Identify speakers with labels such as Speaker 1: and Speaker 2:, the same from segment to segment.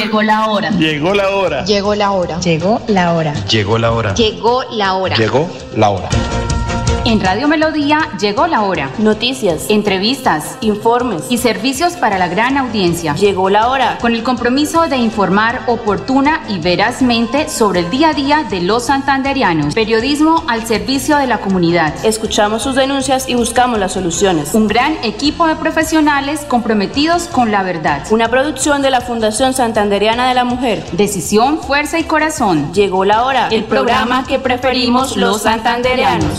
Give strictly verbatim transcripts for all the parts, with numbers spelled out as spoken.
Speaker 1: Llegó la hora.
Speaker 2: Llegó la hora.
Speaker 3: Llegó la hora.
Speaker 4: Llegó la hora.
Speaker 5: Llegó la hora.
Speaker 3: Llegó la hora.
Speaker 2: Llegó la hora.
Speaker 6: En Radio Melodía llegó la hora.
Speaker 7: Noticias,
Speaker 6: entrevistas,
Speaker 7: informes
Speaker 6: y servicios para la gran audiencia.
Speaker 7: Llegó la hora.
Speaker 6: Con el compromiso de informar oportuna y verazmente sobre el día a día de los santanderianos. Periodismo al servicio de la comunidad.
Speaker 7: Escuchamos sus denuncias y buscamos las soluciones.
Speaker 6: Un gran equipo de profesionales comprometidos con la verdad.
Speaker 7: Una producción de la Fundación Santanderiana de la Mujer.
Speaker 6: Decisión, fuerza y corazón.
Speaker 7: Llegó la hora.
Speaker 6: El, el programa que preferimos los santanderianos.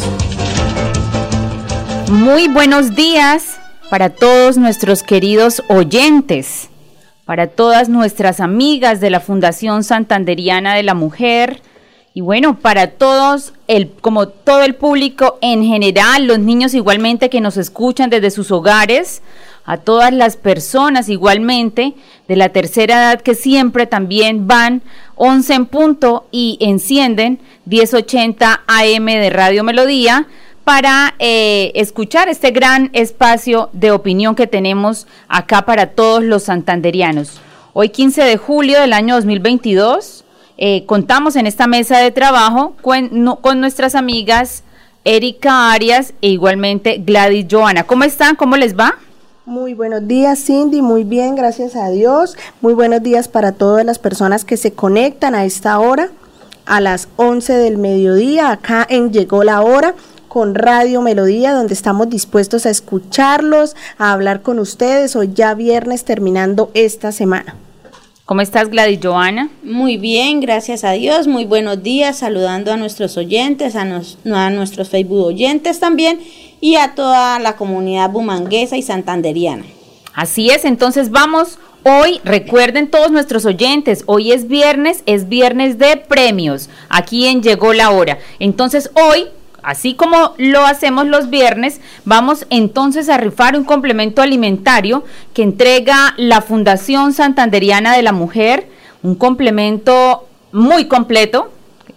Speaker 8: Muy buenos días para todos nuestros queridos oyentes, para todas nuestras amigas de la Fundación Santanderiana de la Mujer y bueno, para todos, el, como todo el público en general, los niños igualmente que nos escuchan desde sus hogares, a todas las personas igualmente de la tercera edad que siempre también van once en punto y encienden diez ochenta A M de Radio Melodía, para eh, escuchar este gran espacio de opinión que tenemos acá para todos los santanderianos. Hoy quince de julio del año dos mil veintidós, eh, contamos en esta mesa de trabajo con, no, con nuestras amigas Erika Arias e igualmente Gladys Joana. ¿Cómo están? ¿Cómo les va?
Speaker 9: Muy buenos días, Cindy, muy bien, gracias a Dios. Muy buenos días para todas las personas que se conectan a esta hora, a las once del mediodía, acá en Llegó la Hora, con Radio Melodía, donde estamos dispuestos a escucharlos, a hablar con ustedes, hoy ya viernes terminando esta semana.
Speaker 8: ¿Cómo estás, Gladys Joana?
Speaker 10: Muy bien, gracias a Dios, muy buenos días, saludando a nuestros oyentes, a, nos, a nuestros Facebook oyentes también, y a toda la comunidad bumanguesa y santanderiana.
Speaker 8: Así es, entonces vamos, hoy recuerden todos nuestros oyentes, hoy es viernes, es viernes de premios, aquí en Llegó la Hora, entonces hoy, así como lo hacemos los viernes, vamos entonces a rifar un complemento alimentario que entrega la Fundación Santanderiana de la Mujer, un complemento muy completo,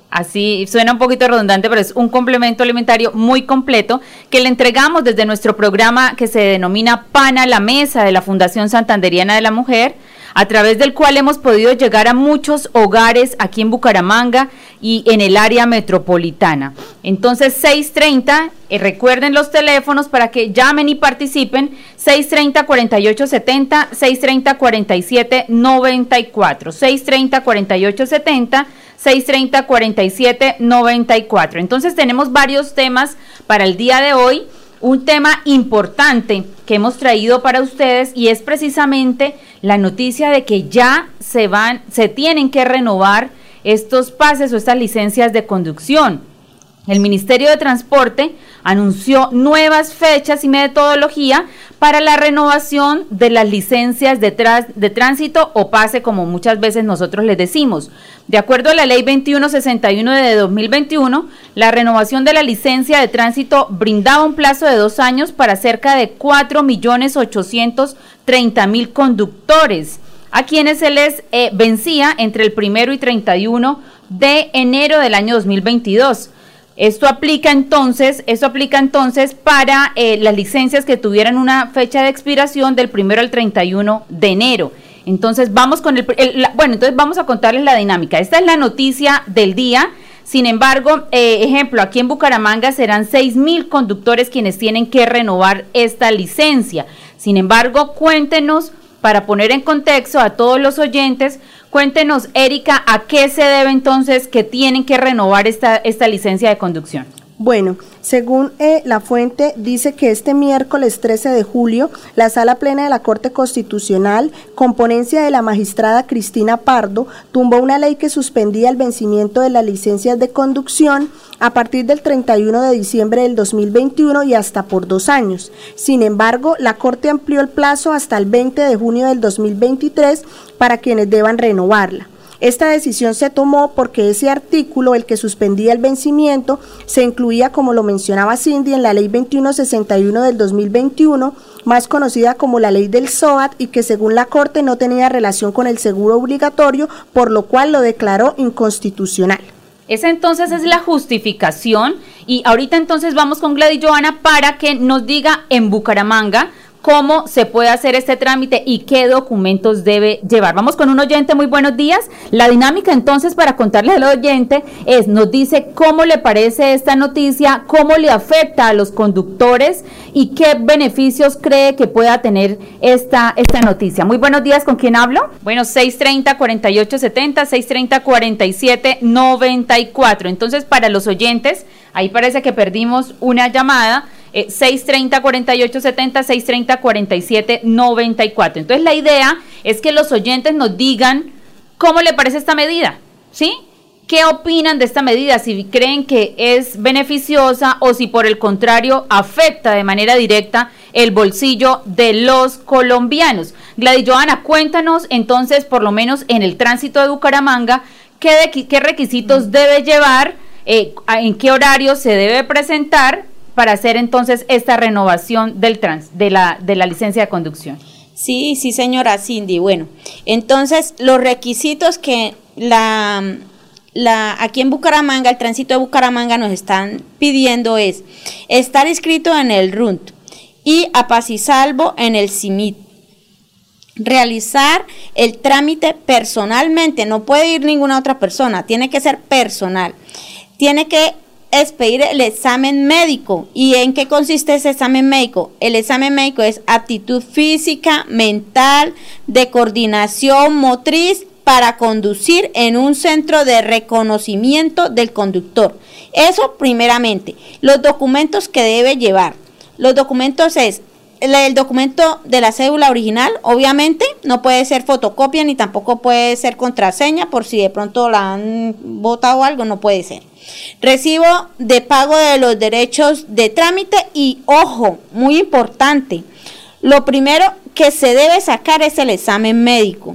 Speaker 8: así suena un poquito redundante, pero es un complemento alimentario muy completo que le entregamos desde nuestro programa que se denomina Pan a la Mesa de la Fundación Santanderiana de la Mujer, a través del cual hemos podido llegar a muchos hogares aquí en Bucaramanga y en el área metropolitana. Entonces, seis treinta, eh, recuerden los teléfonos para que llamen y participen, seis treinta, cuarenta y ocho setenta, seis treinta, cuarenta y siete noventa y cuatro, seis treinta, cuarenta y ocho setenta, seis treinta, cuarenta y siete noventa y cuatro. Entonces, tenemos varios temas para el día de hoy. Un tema importante que hemos traído para ustedes y es precisamente la noticia de que ya se van, se tienen que renovar estos pases o estas licencias de conducción. El Ministerio de Transporte anunció nuevas fechas y metodología para la renovación de las licencias de, tras, de tránsito o pase, como muchas veces nosotros les decimos. De acuerdo a la Ley veintiuno sesenta y uno de dos mil veintiuno, la renovación de la licencia de tránsito brindaba un plazo de dos años para cerca de cuatro millones ochocientos treinta mil conductores, a quienes se les eh, vencía entre el primero y treinta y uno de enero del año dos mil veintidós. Esto aplica entonces, esto aplica entonces para eh, las licencias que tuvieran una fecha de expiración del primero al treinta y uno de enero. Entonces vamos con el, el la, bueno, entonces vamos a contarles la dinámica. Esta es la noticia del día. Sin embargo, eh, ejemplo, aquí en Bucaramanga serán seis mil conductores quienes tienen que renovar esta licencia. Sin embargo, cuéntenos, para poner en contexto a todos los oyentes, cuéntenos, Erika, ¿a qué se debe entonces que tienen que renovar esta, esta licencia de conducción?
Speaker 9: Bueno, según eh, la fuente, dice que este miércoles trece de julio, la Sala Plena de la Corte Constitucional, con ponencia de la magistrada Cristina Pardo, tumbó una ley que suspendía el vencimiento de las licencias de conducción a partir del treinta y uno de diciembre del dos mil veintiuno y hasta por dos años. Sin embargo, la Corte amplió el plazo hasta el veinte de junio del dos mil veintitrés para quienes deban renovarla. Esta decisión se tomó porque ese artículo, el que suspendía el vencimiento, se incluía, como lo mencionaba Cindy, en la Ley veintiuno sesenta y uno del dos mil veintiuno, más conocida como la Ley del SOAT, y que según la Corte no tenía relación con el seguro obligatorio, por lo cual lo declaró inconstitucional.
Speaker 8: Esa entonces es la justificación, y ahorita entonces vamos con Gladys Joana para que nos diga en Bucaramanga cómo se puede hacer este trámite y qué documentos debe llevar. Vamos con un oyente, muy buenos días. La dinámica entonces para contarle al oyente es, nos dice cómo le parece esta noticia, cómo le afecta a los conductores y qué beneficios cree que pueda tener esta, esta noticia. Muy buenos días, ¿con quién hablo? Bueno, seis treinta, cuarenta y ocho setenta, seis treinta, cuarenta y siete noventa y cuatro. Entonces, para los oyentes, ahí parece que perdimos una llamada, eh, seis treinta, cuarenta y ocho setenta, seis treinta, cuarenta y siete noventa y cuatro. Entonces, la idea es que los oyentes nos digan cómo le parece esta medida, ¿sí? ¿Qué opinan de esta medida? Si creen que es beneficiosa o si por el contrario afecta de manera directa el bolsillo de los colombianos. Gladys Joana, cuéntanos entonces, por lo menos en el tránsito de Bucaramanga, qué, de, qué requisitos debe llevar, eh, en qué horario se debe presentar para hacer entonces esta renovación del trans, de la, de la licencia de conducción.
Speaker 10: Sí, sí, señora Cindy. Bueno, entonces los requisitos que la, la aquí en Bucaramanga, el tránsito de Bucaramanga nos están pidiendo es estar inscrito en el R U N T y a paz y salvo en el C I M I T. Realizar el trámite personalmente, no puede ir ninguna otra persona, tiene que ser personal. Tiene que expedir el examen médico. ¿Y en qué consiste ese examen médico? El examen médico es aptitud física, mental, de coordinación motriz para conducir en un centro de reconocimiento del conductor. Eso primeramente. Los documentos que debe llevar. Los documentos es el, el documento de la cédula original, obviamente, no puede ser fotocopia ni tampoco puede ser contraseña, por si de pronto la han botado algo, no puede ser. Recibo de pago de los derechos de trámite y, ojo, muy importante, lo primero que se debe sacar es el examen médico.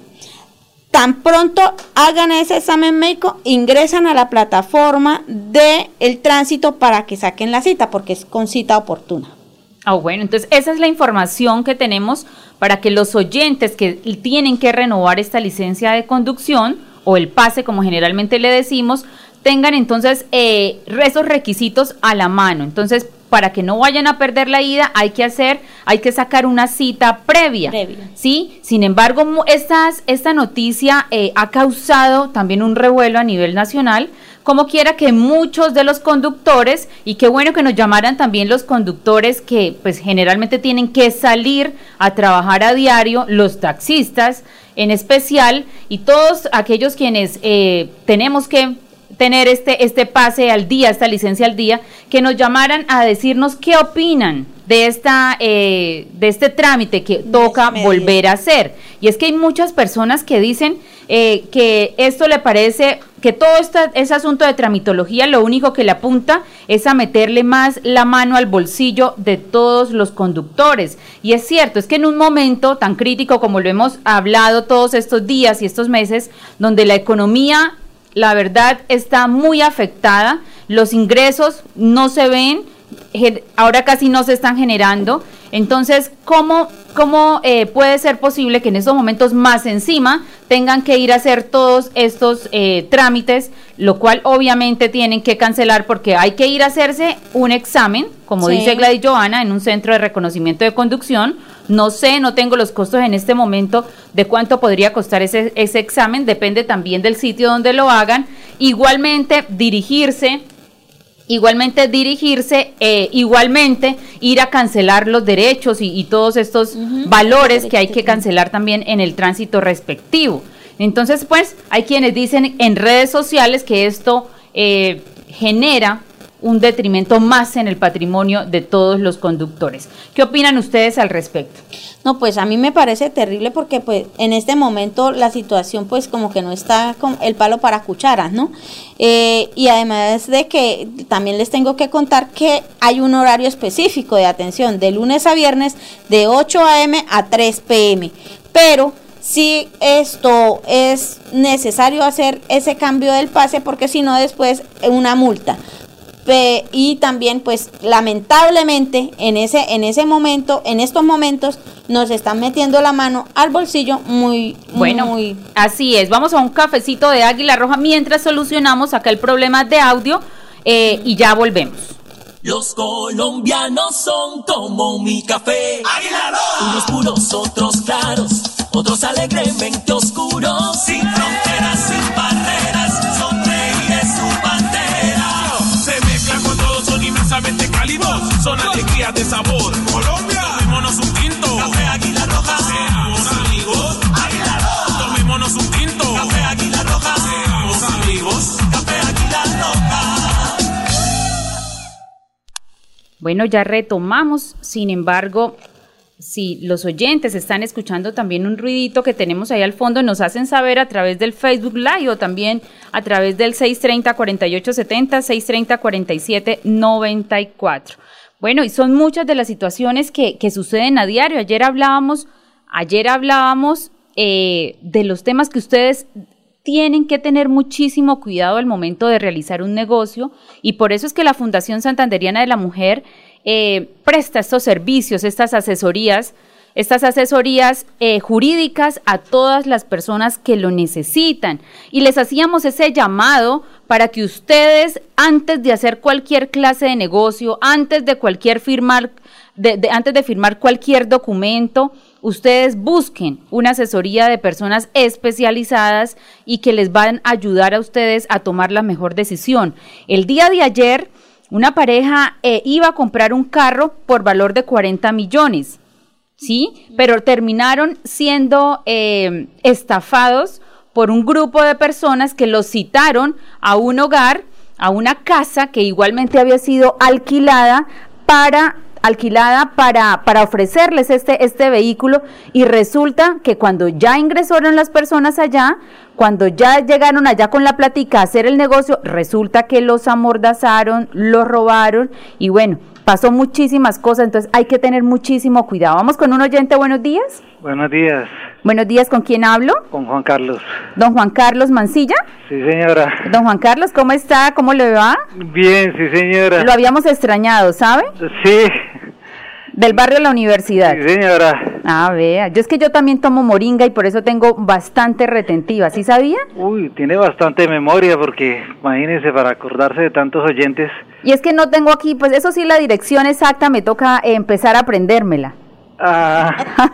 Speaker 10: Tan pronto hagan ese examen médico, ingresan a la plataforma del tránsito para que saquen la cita, porque es con cita oportuna.
Speaker 8: Ah, bueno, entonces esa es la información que tenemos para que los oyentes que tienen que renovar esta licencia de conducción o el pase, como generalmente le decimos, tengan entonces eh, esos requisitos a la mano. Entonces, para que no vayan a perder la ida, hay que hacer, hay que sacar una cita previa, previa. ¿Sí? Sin embargo, estas, esta noticia eh, ha causado también un revuelo a nivel nacional, como quiera que muchos de los conductores, y qué bueno que nos llamaran también los conductores que pues generalmente tienen que salir a trabajar a diario, los taxistas en especial, y todos aquellos quienes eh, tenemos que tener este, este pase al día, esta licencia al día, que nos llamaran a decirnos qué opinan de esta eh, de este trámite que toca volver a hacer. Y es que hay muchas personas que dicen eh, que esto le parece, que todo este, ese asunto de tramitología lo único que le apunta es a meterle más la mano al bolsillo de todos los conductores. Y es cierto, es que en un momento tan crítico como lo hemos hablado todos estos días y estos meses, donde la economía, la verdad, está muy afectada, los ingresos no se ven, ahora casi no se están generando. Entonces, ¿cómo, cómo eh, puede ser posible que en estos momentos más encima tengan que ir a hacer todos estos eh, trámites, lo cual obviamente tienen que cancelar porque hay que ir a hacerse un examen, como sí. dice Gladys Joana, en un centro de reconocimiento de conducción? No sé, no tengo los costos en este momento de cuánto podría costar ese, ese examen, depende también del sitio donde lo hagan. Igualmente, dirigirse... Igualmente dirigirse, eh, igualmente ir a cancelar los derechos y, y todos estos uh-huh. valores que hay que cancelar también en el tránsito respectivo. Entonces, pues, hay quienes dicen en redes sociales que esto eh, genera un detrimento más en el patrimonio de todos los conductores. ¿Qué opinan ustedes al respecto?
Speaker 10: No, pues a mí me parece terrible porque pues en este momento la situación pues como que no está con el palo para cucharas, ¿no? Eh, y además de que también les tengo que contar que hay un horario específico de atención de lunes a viernes de ocho a eme a tres pe eme, pero sí esto es necesario hacer ese cambio del pase porque si no después una multa. Y también pues lamentablemente en ese en ese momento, en estos momentos nos están metiendo la mano al bolsillo muy
Speaker 8: bueno,
Speaker 10: muy
Speaker 8: así es. Vamos a un cafecito de Águila Roja mientras solucionamos acá el problema de audio eh, y ya volvemos.
Speaker 1: Los colombianos son como mi café. ¡Águila Roja! Unos puros, otros claros, otros alegremente oscuros. Sin fronteras, sin barreras, sonreír es su bandera. Se mezclan con todos, son inmensamente cálidos, son alegrías de sabor. Colombia, tomémonos un tinto. Café Águila Roja. Seamos amigos. Águila Roja. Tomémonos un tinto. Café Águila Roja. Seamos amigos. Café Águila Roja.
Speaker 8: Bueno, ya retomamos, sin embargo, si los oyentes están escuchando también un ruidito que tenemos ahí al fondo, nos hacen saber a través del Facebook Live o también a través del seis treinta, cuarenta y ocho setenta, seis treinta, cuarenta y siete noventa y cuatro. Bueno, y son muchas de las situaciones que, que suceden a diario. Ayer hablábamos, ayer hablábamos eh, de los temas que ustedes tienen que tener muchísimo cuidado al momento de realizar un negocio, y por eso es que la Fundación Santanderiana de la Mujer eh, presta estos servicios, estas asesorías, estas asesorías eh, jurídicas a todas las personas que lo necesitan. Y les hacíamos ese llamado para que ustedes, antes de hacer cualquier clase de negocio, antes de cualquier firmar, de, de, antes de firmar cualquier documento, ustedes busquen una asesoría de personas especializadas y que les van a ayudar a ustedes a tomar la mejor decisión. El día de ayer, una pareja eh, iba a comprar un carro por valor de cuarenta millones, ¿sí? Pero terminaron siendo eh, estafados por un grupo de personas que los citaron a un hogar, a una casa que igualmente había sido alquilada para... alquilada para, para ofrecerles este, este vehículo, y resulta que cuando ya ingresaron las personas allá, cuando ya llegaron allá con la plática a hacer el negocio, resulta que los amordazaron, los robaron, y bueno, pasó muchísimas cosas, entonces hay que tener muchísimo cuidado. Vamos con un oyente. Buenos días.
Speaker 2: Buenos días.
Speaker 8: Buenos días, ¿con quién hablo?
Speaker 2: Con Juan Carlos.
Speaker 8: ¿Don Juan Carlos Mancilla?
Speaker 2: Sí, señora.
Speaker 8: Don Juan Carlos, ¿cómo está? ¿Cómo le va?
Speaker 2: Bien, sí, señora.
Speaker 8: Lo habíamos extrañado, ¿sabe?
Speaker 2: Sí.
Speaker 8: Del barrio La Universidad.
Speaker 2: Sí, señora.
Speaker 8: Ah, vea, yo es que yo también tomo moringa y por eso tengo bastante retentiva, ¿sí sabía?
Speaker 2: Uy, tiene bastante memoria, porque imagínese, para acordarse de tantos oyentes.
Speaker 8: Y es que no tengo aquí, pues eso sí, la dirección exacta, me toca eh, empezar a aprendérmela.
Speaker 2: Ah.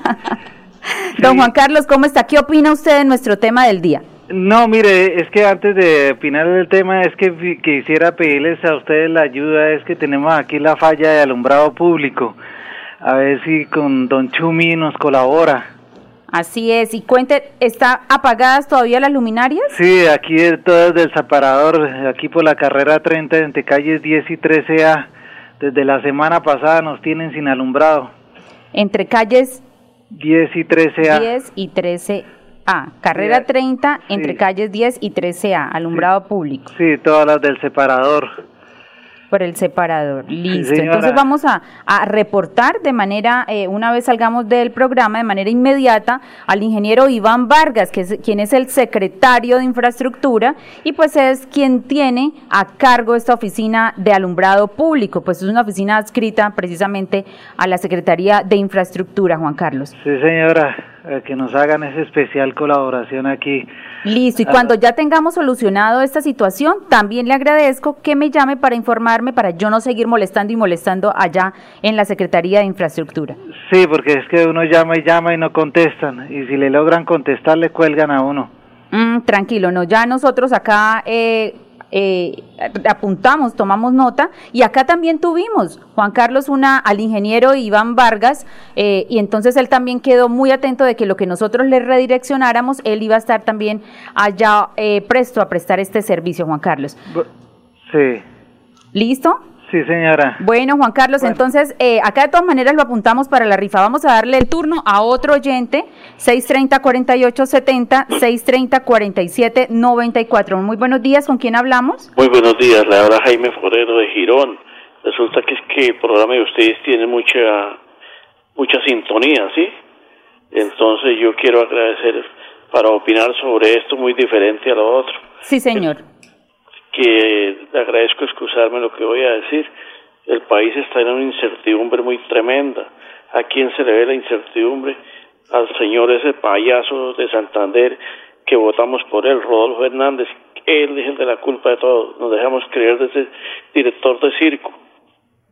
Speaker 8: Don
Speaker 2: Sí.
Speaker 8: Juan Carlos, ¿cómo está? ¿Qué opina usted de nuestro tema del día?
Speaker 2: No, mire, es que antes de opinar del tema, es que fi- quisiera pedirles a ustedes la ayuda, es que tenemos aquí la falla de alumbrado público. A ver si con don Chumi nos colabora.
Speaker 8: Así es, y cuente, ¿está apagadas todavía las luminarias?
Speaker 2: Sí, aquí de todas del separador, aquí por la carrera treinta, entre calles diez y trece A. Desde la semana pasada nos tienen sin alumbrado.
Speaker 8: Entre calles
Speaker 2: diez y trece A.
Speaker 8: diez y trece A, carrera
Speaker 2: Sí,
Speaker 8: treinta, entre
Speaker 2: sí.
Speaker 8: calles diez y trece A, alumbrado público.
Speaker 2: Sí, todas las del separador.
Speaker 8: Por el separador, listo.
Speaker 2: señora.
Speaker 8: Entonces vamos a, a reportar de manera, eh, una vez salgamos del programa, de manera inmediata al ingeniero Iván Vargas, que es quien es el secretario de Infraestructura y pues es quien tiene a cargo esta oficina de alumbrado público, pues es una oficina adscrita precisamente a la Secretaría de Infraestructura, Juan Carlos.
Speaker 2: Sí, señora, eh, que nos hagan esa especial colaboración aquí.
Speaker 8: Listo, y cuando ya tengamos solucionado esta situación, también le agradezco que me llame para informarme, para yo no seguir molestando y molestando allá en la Secretaría de Infraestructura.
Speaker 2: Sí, porque es que uno llama y llama y no contestan, y si le logran contestar le cuelgan a uno.
Speaker 8: Mm, tranquilo, no, ya nosotros acá eh, eh, apuntamos, tomamos nota, y acá también tuvimos, Juan Carlos, una al ingeniero Iván Vargas, eh, y entonces él también quedó muy atento de que lo que nosotros le redireccionáramos, él iba a estar también allá eh, presto a prestar este servicio, Juan Carlos.
Speaker 2: Bu- Sí,
Speaker 8: ¿Listo?
Speaker 2: sí, señora.
Speaker 8: Bueno, Juan Carlos,
Speaker 2: Bueno.
Speaker 8: entonces eh, acá de todas maneras lo apuntamos para la rifa. Vamos a darle el turno a otro oyente, seis treinta, cuarenta y ocho setenta, seis treinta, cuarenta y siete noventa y cuatro. Muy buenos días, ¿con quién hablamos?
Speaker 3: Muy buenos días, le habla Jaime Forero de Girón. Resulta que es que el programa de ustedes tiene mucha mucha sintonía, ¿sí? Entonces yo quiero agradecer para opinar sobre esto muy diferente a lo otro.
Speaker 8: Sí, señor.
Speaker 3: Que le agradezco excusarme lo que voy a decir. El país está en una incertidumbre muy tremenda. ¿A quién se le ve la incertidumbre? Al señor ese payaso de Santander que votamos por él, Rodolfo Hernández. Él es el de la culpa de todo. Nos dejamos creer de ese director de circo.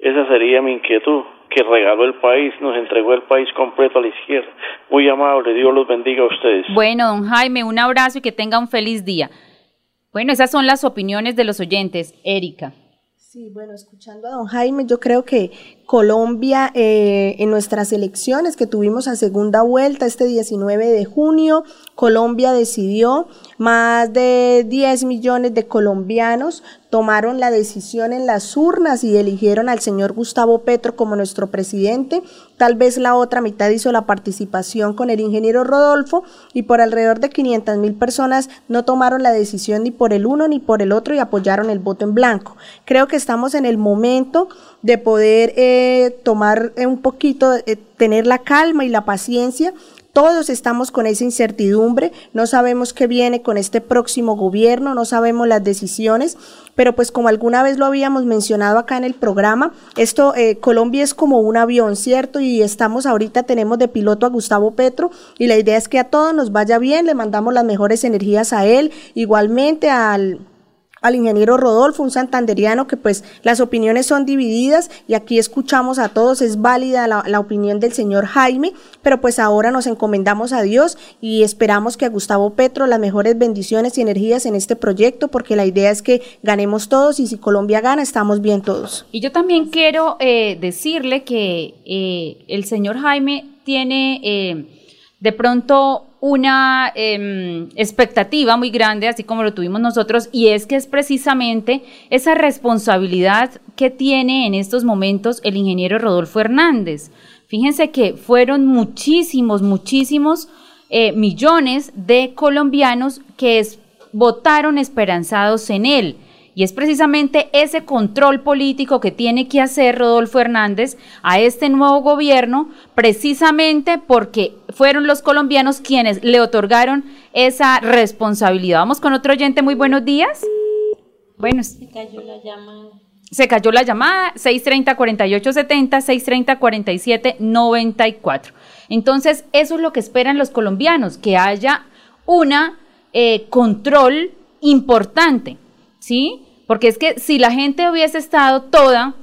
Speaker 3: Esa sería mi inquietud, que regaló el país, nos entregó el país completo a la izquierda. Muy amable, Dios los bendiga a ustedes.
Speaker 8: Bueno, don Jaime, un abrazo y que tenga un feliz día. Bueno, esas son las opiniones de los oyentes. Erika.
Speaker 9: Sí, bueno, escuchando a don Jaime, yo creo que Colombia eh, en nuestras elecciones que tuvimos a segunda vuelta este diecinueve de junio, Colombia decidió, más de diez millones de colombianos tomaron la decisión en las urnas y eligieron al señor Gustavo Petro como nuestro presidente. Tal vez la otra mitad hizo la participación con el ingeniero Rodolfo y por alrededor de quinientas mil personas no tomaron la decisión ni por el uno ni por el otro y apoyaron el voto en blanco. Creo que estamos en el momento de poder eh, tomar un poquito, eh, tener la calma y la paciencia. Todos estamos con esa incertidumbre, no sabemos qué viene con este próximo gobierno, no sabemos las decisiones, pero pues como alguna vez lo habíamos mencionado acá en el programa, esto eh, Colombia es como un avión, ¿cierto? Y estamos ahorita, tenemos de piloto a Gustavo Petro y la idea es que a todos nos vaya bien, le mandamos las mejores energías a él, igualmente al... al ingeniero Rodolfo, un santanderiano que pues las opiniones son divididas y aquí escuchamos a todos, es válida la, la opinión del señor Jaime, pero pues ahora nos encomendamos a Dios y esperamos que a Gustavo Petro las mejores bendiciones y energías en este proyecto, porque la idea es que ganemos todos y si Colombia gana, estamos bien todos.
Speaker 8: Y yo también quiero eh, decirle que eh, el señor Jaime tiene eh, de pronto una eh, expectativa muy grande, así como lo tuvimos nosotros, y es que es precisamente esa responsabilidad que tiene en estos momentos el ingeniero Rodolfo Hernández. Fíjense que fueron muchísimos, muchísimos eh, millones de colombianos que es, votaron esperanzados en él. Y es precisamente ese control político que tiene que hacer Rodolfo Hernández a este nuevo gobierno, precisamente porque fueron los colombianos quienes le otorgaron esa responsabilidad. Vamos con otro oyente, muy buenos días. Bueno, se cayó la llamada. Se cayó la llamada, seis treinta, cuarenta y ocho setenta, seis treinta, cuarenta y siete noventa y cuatro. Entonces, eso es lo que esperan los colombianos, que haya una eh, control importante. ¿Sí? Porque es que si la gente hubiese estado toda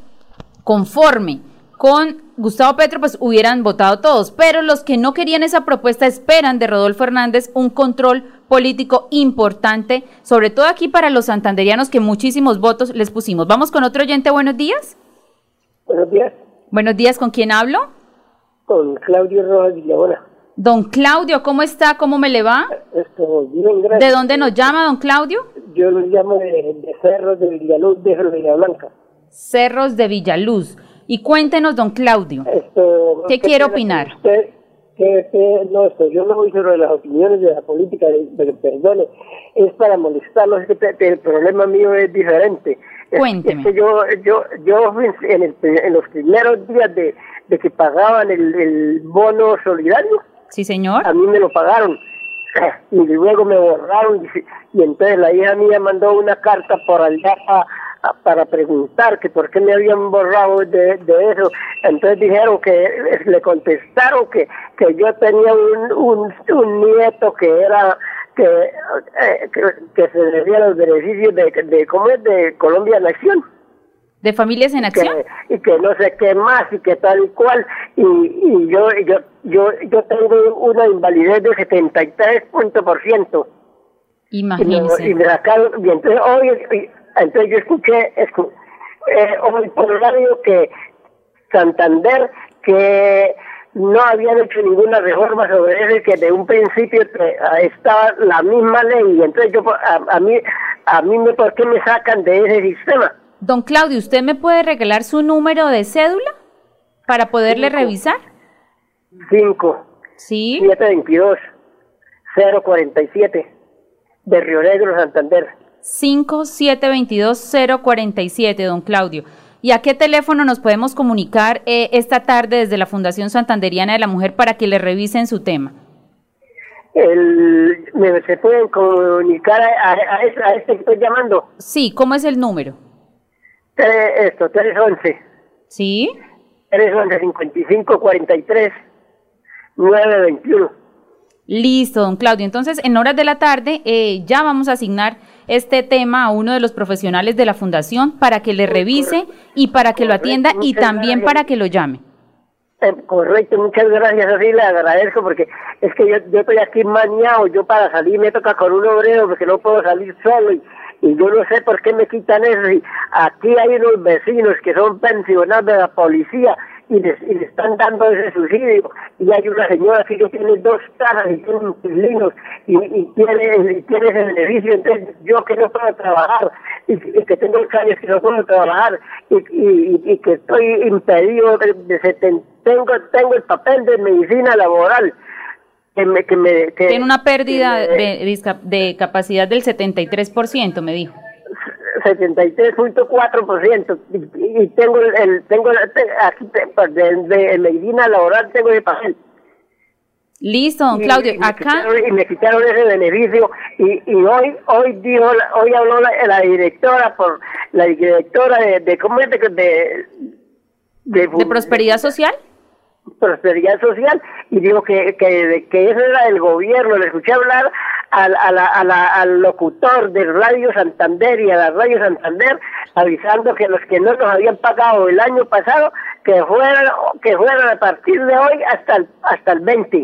Speaker 8: conforme con Gustavo Petro, pues hubieran votado todos, pero los que no querían esa propuesta esperan de Rodolfo Hernández un control político importante, sobre todo aquí para los santanderianos que muchísimos votos les pusimos. Vamos con otro oyente, buenos días.
Speaker 4: Buenos días.
Speaker 8: Buenos días, ¿con quién hablo?
Speaker 4: Con Claudio Rojas Villabona.
Speaker 8: Don Claudio, ¿cómo está? ¿Cómo me le va?
Speaker 4: Esto, bien, gracias.
Speaker 8: ¿De dónde nos llama, don Claudio?
Speaker 4: Yo lo llamo de, de Cerros de Villaluz, de Villablanca.
Speaker 8: Cerros de Villaluz. Y cuéntenos, don Claudio,
Speaker 4: esto,
Speaker 8: ¿qué quiere opinar?
Speaker 4: Usted, que, que, no, esto, yo no voy sobre las opiniones de la política, pero perdone, es para molestarlos, es que el problema mío es diferente.
Speaker 8: Cuénteme.
Speaker 4: Es, es que yo, yo, yo en, el, en los primeros días de, de que pagaban el, el bono solidario,
Speaker 8: sí señor,
Speaker 4: a mí me lo pagaron y luego me borraron y, y entonces la hija mía mandó una carta por allá a, a, para preguntar que por qué me habían borrado de, de eso. Entonces dijeron que le contestaron que, que yo tenía un, un, un nieto que era que, eh, que, que se debía los beneficios de, de ¿cómo es? De Colombia en Acción.
Speaker 8: ¿De Familias en Acción?
Speaker 4: Que, y que no sé qué más y que tal y cual. Y, y yo, yo, yo, yo tengo una invalidez de setenta y tres por ciento.
Speaker 8: Imagínese.
Speaker 4: Y, y me sacaron, y entonces hoy, y, entonces yo escuché, escu, eh, hoy por el radio que Santander, que no habían hecho ninguna reforma sobre eso y que de un principio estaba la misma ley. Y entonces yo, a, a mí, a mí, ¿por qué me sacan de ese sistema?
Speaker 8: Don Claudio, ¿usted me puede regalar su número de cédula para poderle
Speaker 4: cinco,
Speaker 8: revisar?
Speaker 4: cinco,
Speaker 8: sí,
Speaker 4: siete veintidós, cero cuarenta y siete, de Río Negro, Santander.
Speaker 8: cinco siete veintidós cero cuarenta y siete, don Claudio. ¿Y a qué teléfono nos podemos comunicar eh, esta tarde desde la Fundación Santanderiana de la Mujer para que le revisen su tema?
Speaker 4: El, ¿me, ¿Se pueden comunicar a, a, a, este, a este que estoy llamando?
Speaker 8: Sí, ¿cómo es el número?
Speaker 4: Esto, tres once.
Speaker 8: ¿Sí?
Speaker 4: tres once, cincuenta y cinco, cuarenta y tres, nueve veintiuno.
Speaker 8: Listo, don Claudio. Entonces, en horas de la tarde eh, ya vamos a asignar este tema a uno de los profesionales de la fundación para que le revise y para que lo atienda y también para que lo llame.
Speaker 4: Eh, correcto, muchas gracias, así le agradezco porque es que yo, yo estoy aquí maniado, yo para salir me toca con un obrero porque no puedo salir solo y, y yo no sé por qué me quitan eso. Y aquí hay unos vecinos que son pensionados de la policía y les, y les están dando ese subsidio, y hay una señora que yo tiene dos casas y tiene inquilinos y, y tiene y tiene ese beneficio. Entonces yo que no puedo trabajar y, y que tengo ocho años que no puedo trabajar y, y, y que estoy impedido de, de setenta, tengo tengo el papel de medicina laboral que me que me que,
Speaker 8: tiene una pérdida
Speaker 4: que me,
Speaker 8: de, de capacidad del setenta y tres por ciento, me dijo.
Speaker 4: setenta y tres punto cuatro por ciento y, y tengo el, el tengo el, aquí de, de medicina laboral tengo el papel.
Speaker 8: Listo, don Claudio.
Speaker 4: Y, y
Speaker 8: acá
Speaker 4: me quitaron, y me quitaron ese beneficio y, y hoy hoy dijo hoy habló la, la directora por la directora de, de cómo es de de,
Speaker 8: de, de prosperidad social.
Speaker 4: Prosperidad Social y dijo que, que, que eso era del gobierno. Le escuché hablar al, a la, a la, al locutor de Radio Santander y a la Radio Santander avisando que los que no nos habían pagado el año pasado que fueran que fueran a partir de hoy hasta el, hasta el veinte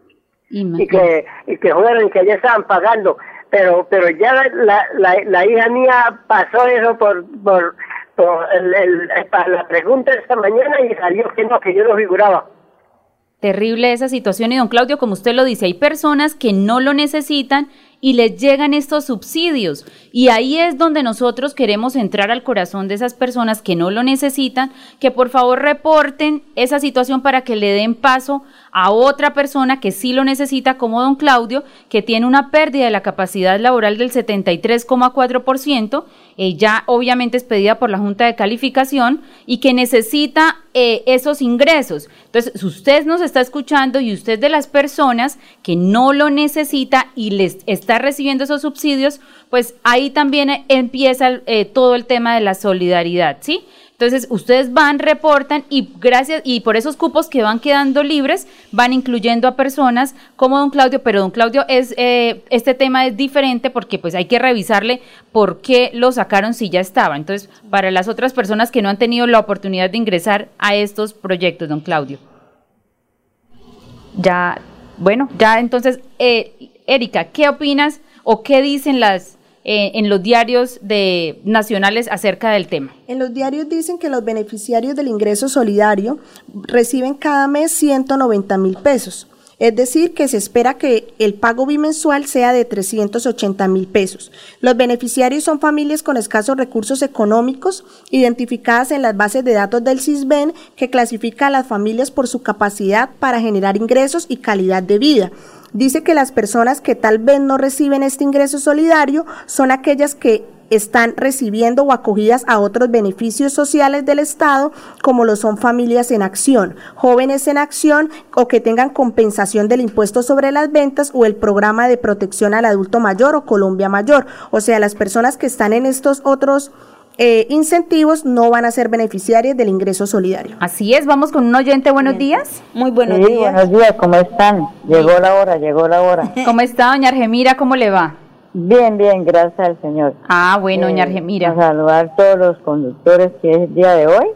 Speaker 4: y que y que fueran que ya estaban pagando, pero pero ya la, la, la hija mía pasó eso por por, por el, el, la pregunta esta mañana y salió que no, que yo no figuraba.
Speaker 8: Terrible esa situación y don Claudio, como usted lo dice, hay personas que no lo necesitan y les llegan estos subsidios y ahí es donde nosotros queremos entrar al corazón de esas personas que no lo necesitan, que por favor reporten esa situación para que le den paso a otra persona que sí lo necesita, como don Claudio, que tiene una pérdida de la capacidad laboral del setenta y tres coma cuatro por ciento, eh, ya obviamente expedida por la Junta de Calificación y que necesita eh, esos ingresos. Entonces, si usted nos está escuchando y usted de las personas que no lo necesita y les está recibiendo esos subsidios, pues ahí también empieza eh, todo el tema de la solidaridad, ¿sí? Entonces, ustedes van, reportan y gracias y por esos cupos que van quedando libres, van incluyendo a personas como don Claudio, pero don Claudio, es eh, este tema es diferente porque pues hay que revisarle por qué lo sacaron si ya estaba. Entonces, para las otras personas que no han tenido la oportunidad de ingresar a estos proyectos, don Claudio. Ya, bueno, ya entonces, eh, Erika, ¿qué opinas o qué dicen las Eh, en los diarios de nacionales acerca del tema?
Speaker 9: En los diarios dicen que los beneficiarios del ingreso solidario reciben cada mes ciento noventa mil pesos. Es decir, que se espera que el pago bimensual sea de trescientos ochenta mil pesos. Los beneficiarios son familias con escasos recursos económicos, identificadas en las bases de datos del CISBEN, que clasifica a las familias por su capacidad para generar ingresos y calidad de vida. Dice que las personas que tal vez no reciben este ingreso solidario son aquellas que están recibiendo o acogidas a otros beneficios sociales del Estado, como lo son familias en acción, jóvenes en acción o que tengan compensación del impuesto sobre las ventas o el programa de protección al adulto mayor o Colombia Mayor. O sea, las personas que están en estos otros Eh, incentivos no van a ser beneficiarias del ingreso solidario.
Speaker 8: Así es, vamos con un oyente, buenos días.
Speaker 10: Muy buenos
Speaker 5: sí,
Speaker 10: días.
Speaker 5: Buenos días, ¿cómo están? Llegó la hora, llegó la hora.
Speaker 8: ¿Cómo está, doña Argemira? ¿Cómo le va?
Speaker 5: Bien, bien, gracias al Señor.
Speaker 8: Ah, bueno,
Speaker 5: eh,
Speaker 8: doña Argemira.
Speaker 5: A saludar a todos los conductores que es el día de hoy,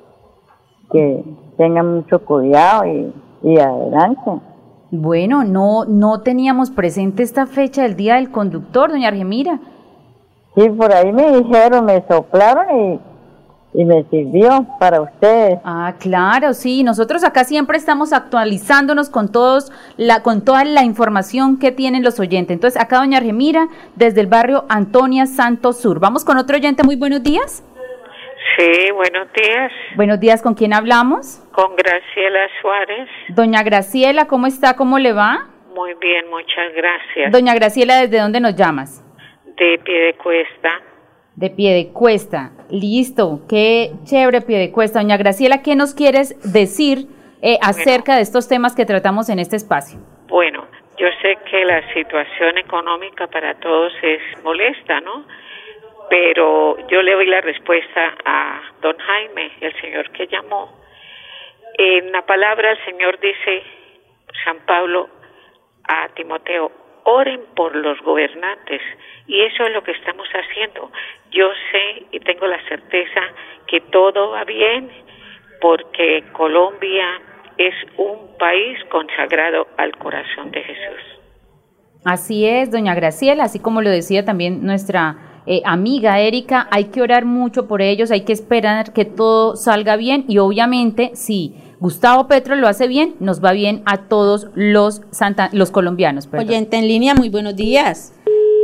Speaker 5: que tengan mucho cuidado y, y adelante.
Speaker 8: Bueno, no, no teníamos presente esta fecha del Día del Conductor, doña Argemira.
Speaker 5: Sí, por ahí me dijeron, me soplaron y, y me sirvió para ustedes.
Speaker 8: Ah, claro, sí, nosotros acá siempre estamos actualizándonos con todos la con toda la información que tienen los oyentes. Entonces, acá doña Argemira, desde el barrio Antonia Santos Sur. Vamos con otro oyente, muy buenos días.
Speaker 11: Sí, buenos días.
Speaker 8: Buenos días, ¿con quién hablamos?
Speaker 11: Con Graciela Suárez.
Speaker 8: Doña Graciela, ¿cómo está? ¿Cómo le va?
Speaker 11: Muy bien, muchas gracias.
Speaker 8: Doña Graciela, ¿desde dónde nos llamas?
Speaker 11: De Piedecuesta.
Speaker 8: De Piedecuesta, listo, qué chévere Piedecuesta. Doña Graciela, ¿qué nos quieres decir eh, acerca bueno, de estos temas que tratamos en este espacio?
Speaker 11: Bueno, yo sé que la situación económica para todos es molesta, ¿no? Pero yo le doy la respuesta a don Jaime, el señor que llamó. En la palabra el Señor dice, San Pablo, a Timoteo, oren por los gobernantes, y eso es lo que estamos haciendo. Yo sé y tengo la certeza que todo va bien, porque Colombia es un país consagrado al corazón de Jesús.
Speaker 8: Así es, doña Graciela, así como lo decía también nuestra eh, amiga Erika, hay que orar mucho por ellos, hay que esperar que todo salga bien, y obviamente si Gustavo Petro lo hace bien, nos va bien a todos los Santa, los colombianos. Perdón.
Speaker 10: Oyente en línea, muy buenos días.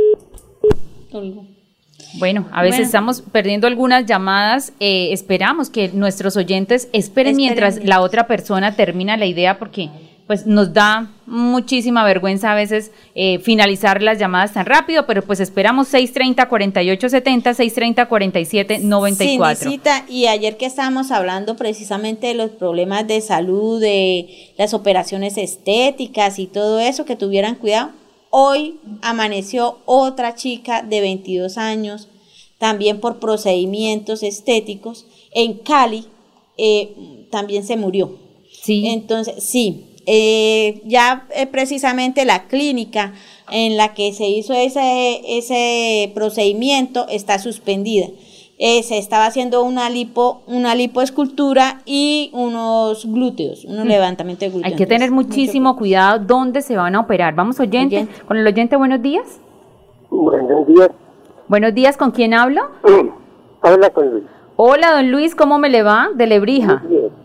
Speaker 8: Bueno, a veces bueno. estamos perdiendo algunas llamadas, eh, esperamos que nuestros oyentes esperen, esperen mientras bien. la otra persona termina la idea, porque pues nos da muchísima vergüenza a veces eh, finalizar las llamadas tan rápido, pero pues esperamos seis treinta, cuarenta y ocho setenta, seis treinta, cuarenta y siete, noventa y cuatro.
Speaker 10: Sí, Nisita, y ayer que estábamos hablando precisamente de los problemas de salud, de las operaciones estéticas y todo eso, que tuvieran cuidado, hoy amaneció otra chica de veintidós años, también por procedimientos estéticos, en Cali, eh, también se murió.
Speaker 8: Sí.
Speaker 10: Entonces, sí. Eh, ya eh, precisamente la clínica en la que se hizo ese, ese procedimiento está suspendida. Eh, se estaba haciendo una lipo, una lipoescultura y unos glúteos, unos mm. levantamientos de glúteos.
Speaker 8: Hay que tener muchísimo Mucho cuidado dónde se van a operar. Vamos, oyente, oyente. Con el oyente, buenos días.
Speaker 12: Buenos días.
Speaker 8: Buenos días, ¿con quién hablo?
Speaker 12: Mm. Habla con Luis.
Speaker 8: Hola, don Luis, ¿cómo me le va? De Lebrija.
Speaker 12: Muy bien.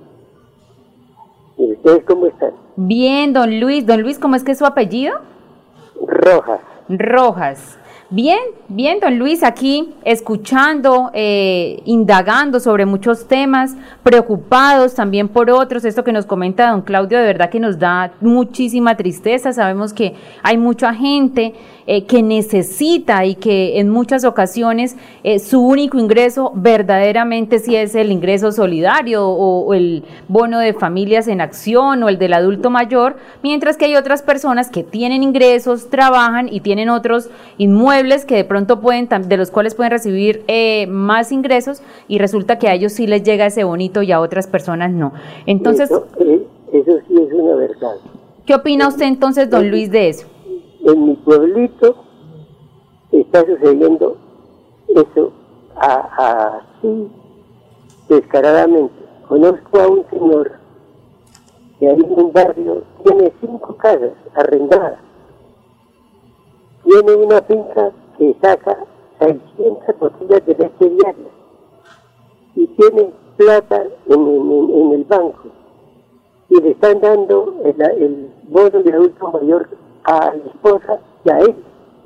Speaker 12: ¿Y ustedes cómo están?
Speaker 8: Bien, don Luis. Don Luis, ¿cómo es que es su apellido?
Speaker 12: Rojas.
Speaker 8: Rojas. Bien, bien, don Luis, aquí escuchando, eh, indagando sobre muchos temas, preocupados también por otros. Esto que nos comenta don Claudio, de verdad que nos da muchísima tristeza. Sabemos que hay mucha gente eh, que necesita y que en muchas ocasiones eh, su único ingreso verdaderamente sí es el ingreso solidario o, o el bono de familias en acción o el del adulto mayor, mientras que hay otras personas que tienen ingresos, trabajan y tienen otros inmuebles que de pronto pueden, de los cuales pueden recibir eh, más ingresos, y resulta que a ellos sí les llega ese bonito y a otras personas no. Entonces,
Speaker 12: eso, eh, eso sí es una verdad.
Speaker 8: ¿Qué opina usted entonces, don Luis, de eso?
Speaker 12: En mi pueblito está sucediendo eso así descaradamente. Conozco a un señor que hay en un barrio, tiene cinco casas arrendadas. Tiene una finca que saca seiscientas botellas de leche diarias y tiene plata en, en, en el banco, y le están dando el, el bono de adulto mayor a la esposa y a él.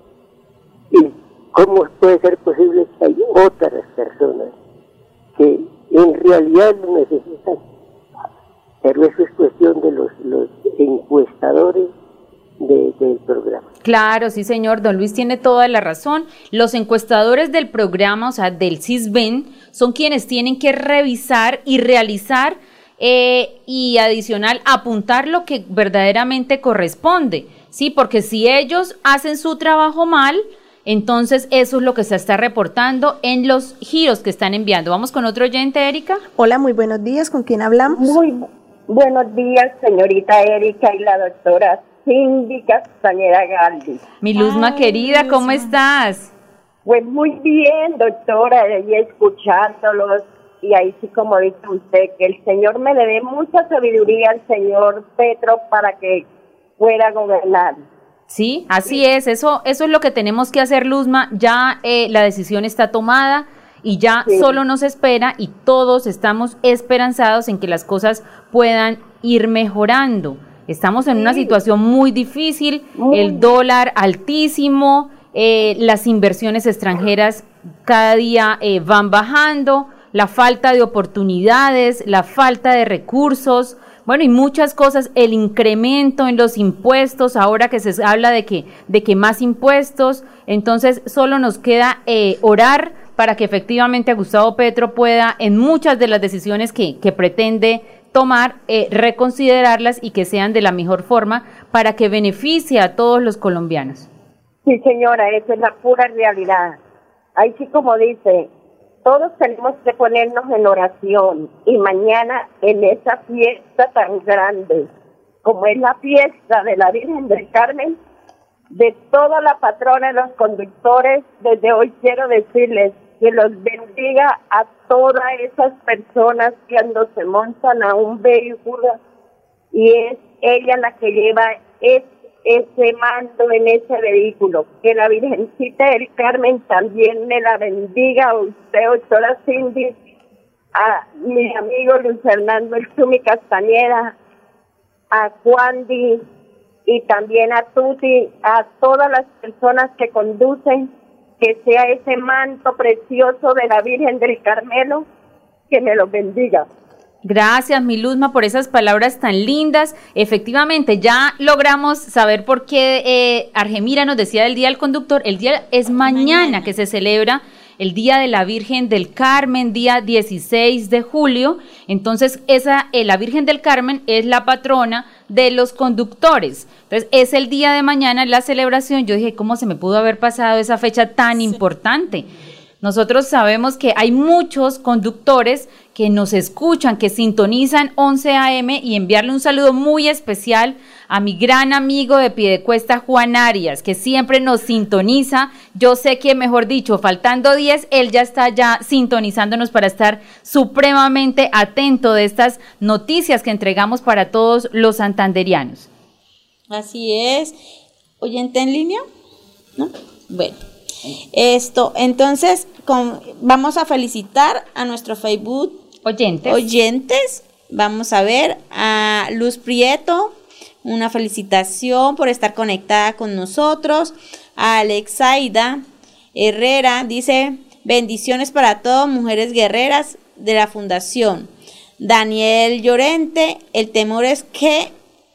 Speaker 12: ¿Y cómo puede ser posible que hay otras personas que en realidad lo necesitan? Pero eso es cuestión de los, los encuestadores De, del programa.
Speaker 8: Claro, sí señor, don Luis tiene toda la razón. Los encuestadores del programa, o sea, del CISBEN, son quienes tienen que revisar y realizar eh, y adicional apuntar lo que verdaderamente corresponde, ¿sí? Porque si ellos hacen su trabajo mal, entonces eso es lo que se está reportando en los giros que están enviando. Vamos con otro oyente, Erika.
Speaker 9: Hola, muy buenos días, ¿con quién hablamos?
Speaker 13: Muy buenos días, señorita Erika y la doctora Cindy Castañeda Galdi.
Speaker 8: Mi Luzma, Ay, querida, ¿cómo Luzma. estás?
Speaker 13: Pues muy bien, doctora, y escuchándolos, y ahí sí, como dice usted, que el Señor me le dé mucha sabiduría al señor Petro para que pueda gobernar.
Speaker 8: Sí, así es, eso, eso es lo que tenemos que hacer, Luzma. Ya eh, la decisión está tomada y ya sí. solo nos espera, y todos estamos esperanzados en que las cosas puedan ir mejorando. Estamos en sí. una situación muy difícil, muy el dólar altísimo, eh, las inversiones extranjeras cada día eh, van bajando, la falta de oportunidades, la falta de recursos, bueno, y muchas cosas, el incremento en los impuestos, ahora que se habla de que, de que más impuestos. Entonces solo nos queda eh, orar para que efectivamente Gustavo Petro pueda, en muchas de las decisiones que, que pretende tomar, eh, reconsiderarlas y que sean de la mejor forma para que beneficie a todos los colombianos.
Speaker 13: Sí, señora, esa es la pura realidad. Ahí sí, como dice, todos tenemos que ponernos en oración, y mañana en esa fiesta tan grande, como es la fiesta de la Virgen del Carmen, de toda la patrona de los conductores, desde hoy quiero decirles que los bendiga a todas esas personas que cuando se montan a un vehículo y es ella la que lleva es, ese mando en ese vehículo. Que la Virgencita del Carmen también me la bendiga a usted, doctora Cindy, a mi amigo Luis Fernando El Chumi Castañeda, a Juandi y también a Tuti, a todas las personas que conducen, que sea ese manto precioso de la Virgen del Carmelo, que me los bendiga.
Speaker 8: Gracias, mi Luzma, por esas palabras tan lindas. Efectivamente, ya logramos saber por qué eh, Argemira nos decía del Día del Conductor. El día es mañana, mañana que se celebra el Día de la Virgen del Carmen, día dieciséis de julio. Entonces, esa eh, la Virgen del Carmen es la patrona de los conductores. Entonces, es el día de mañana la celebración. Yo dije, ¿cómo se me pudo haber pasado esa fecha tan sí. importante? Nosotros sabemos que hay muchos conductores que nos escuchan, que sintonizan once a eme, y enviarle un saludo muy especial a mi gran amigo de Piedecuesta, Juan Arias, que siempre nos sintoniza. Yo sé que, mejor dicho, faltando diez, él ya está ya sintonizándonos para estar supremamente atento de estas noticias que entregamos para todos los santanderianos.
Speaker 10: Así es. ¿Oyente en línea? ¿No? Bueno. Esto, entonces, con, vamos a felicitar a nuestro Facebook
Speaker 8: oyentes.
Speaker 10: oyentes. Vamos a ver a Luz Prieto, una felicitación por estar conectada con nosotros. A Alexaida Herrera dice, bendiciones para todas mujeres guerreras de la Fundación. Daniel Llorente, el temor es que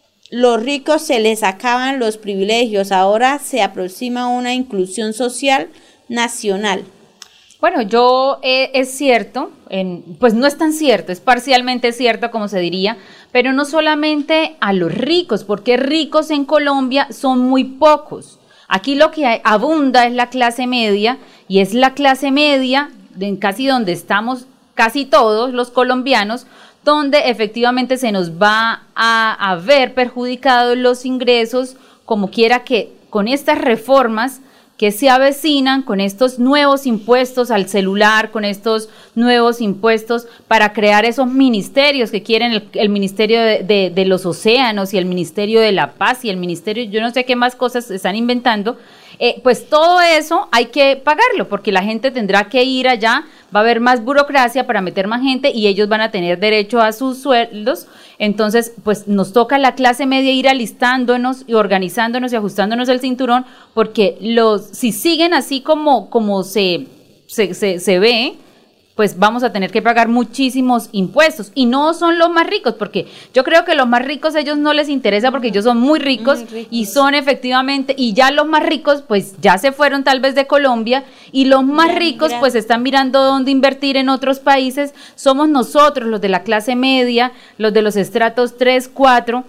Speaker 10: los ricos se les acaban los privilegios, ahora se aproxima una inclusión social nacional.
Speaker 8: Bueno, yo, eh, es cierto, en, pues no es tan cierto, es parcialmente cierto como se diría, pero no solamente a los ricos, porque ricos en Colombia son muy pocos. Aquí lo que hay, abunda es la clase media, y es la clase media, en casi donde estamos casi todos los colombianos, donde efectivamente se nos va a, a ver perjudicados los ingresos, como quiera que con estas reformas que se avecinan, con estos nuevos impuestos al celular, con estos nuevos impuestos para crear esos ministerios que quieren, el, el Ministerio de, de, de los Océanos y el Ministerio de la Paz y el Ministerio, yo no sé qué más cosas se están inventando, eh, pues todo eso hay que pagarlo, porque la gente tendrá que ir allá, va a haber más burocracia para meter más gente y ellos van a tener derecho a sus sueldos. Entonces, pues nos toca a la clase media ir alistándonos y organizándonos y ajustándonos el cinturón, porque los si siguen así como, como se, se, se, se ve, pues vamos a tener que pagar muchísimos impuestos, y no son los más ricos, porque yo creo que los más ricos ellos no les interesa, porque ellos son muy ricos, muy ricos y son efectivamente, y ya los más ricos pues ya se fueron tal vez de Colombia, y los más ya, ricos mira. pues están mirando dónde invertir en otros países. Somos nosotros los de la clase media, los de los estratos tres, cuatro,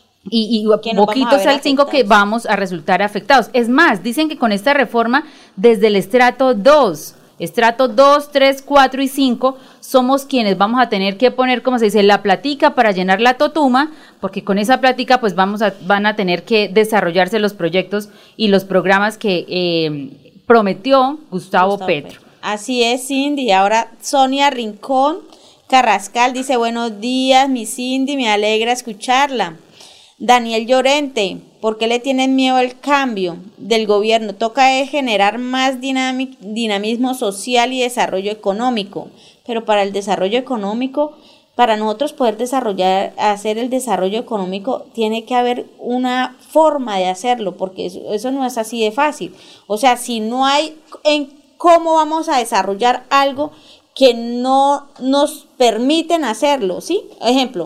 Speaker 8: y, y poquitos al cinco que vamos a resultar afectados. Es más, dicen que con esta reforma desde el estrato dos, estrato dos, tres, cuatro y cinco, somos quienes vamos a tener que poner, como se dice, la platica para llenar la totuma, porque con esa platica pues vamos a, van a tener que desarrollarse los proyectos y los programas que eh, prometió Gustavo, Gustavo Petro. Petro.
Speaker 10: Así es, Cindy. Ahora Sonia Rincón Carrascal dice, buenos días, mi Cindy, me alegra escucharla. Daniel Llorente, ¿por qué le tienen miedo al cambio del gobierno? Toca es generar más dinamic, dinamismo social y desarrollo económico, pero para el desarrollo económico, para nosotros poder desarrollar, hacer el desarrollo económico, tiene que haber una forma de hacerlo, porque eso, eso no es así de fácil. O sea, si no hay en cómo vamos a desarrollar algo que no nos permiten hacerlo, ¿sí? Ejemplo,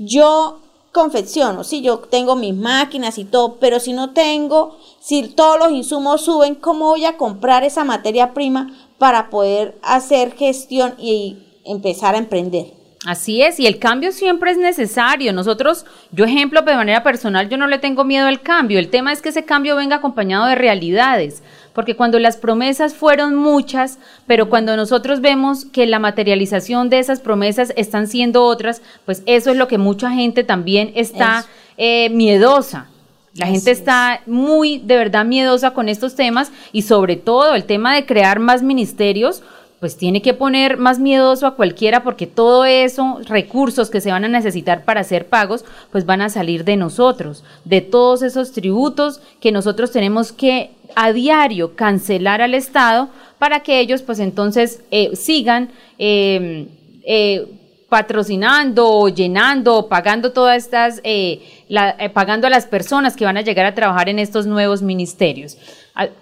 Speaker 10: yo confecciono, sí, yo tengo mis máquinas y todo, pero si no tengo, si todos los insumos suben, ¿cómo voy a comprar esa materia prima para poder hacer gestión y empezar a emprender?
Speaker 8: Así es, y el cambio siempre es necesario. Nosotros, yo ejemplo, de manera personal, yo no le tengo miedo al cambio. El tema es que ese cambio venga acompañado de realidades, porque cuando las promesas fueron muchas, pero cuando nosotros vemos que la materialización de esas promesas están siendo otras, pues eso es lo que mucha gente también está eh, miedosa. La Así gente está es. muy, de verdad, miedosa con estos temas y sobre todo el tema de crear más ministerios, pues tiene que poner más miedoso a cualquiera porque todo eso, recursos que se van a necesitar para hacer pagos, pues van a salir de nosotros, de todos esos tributos que nosotros tenemos que a diario cancelar al Estado para que ellos pues entonces eh, sigan eh, eh, patrocinando, llenando, pagando todas estas, eh, la, eh, pagando a las personas que van a llegar a trabajar en estos nuevos ministerios. Al,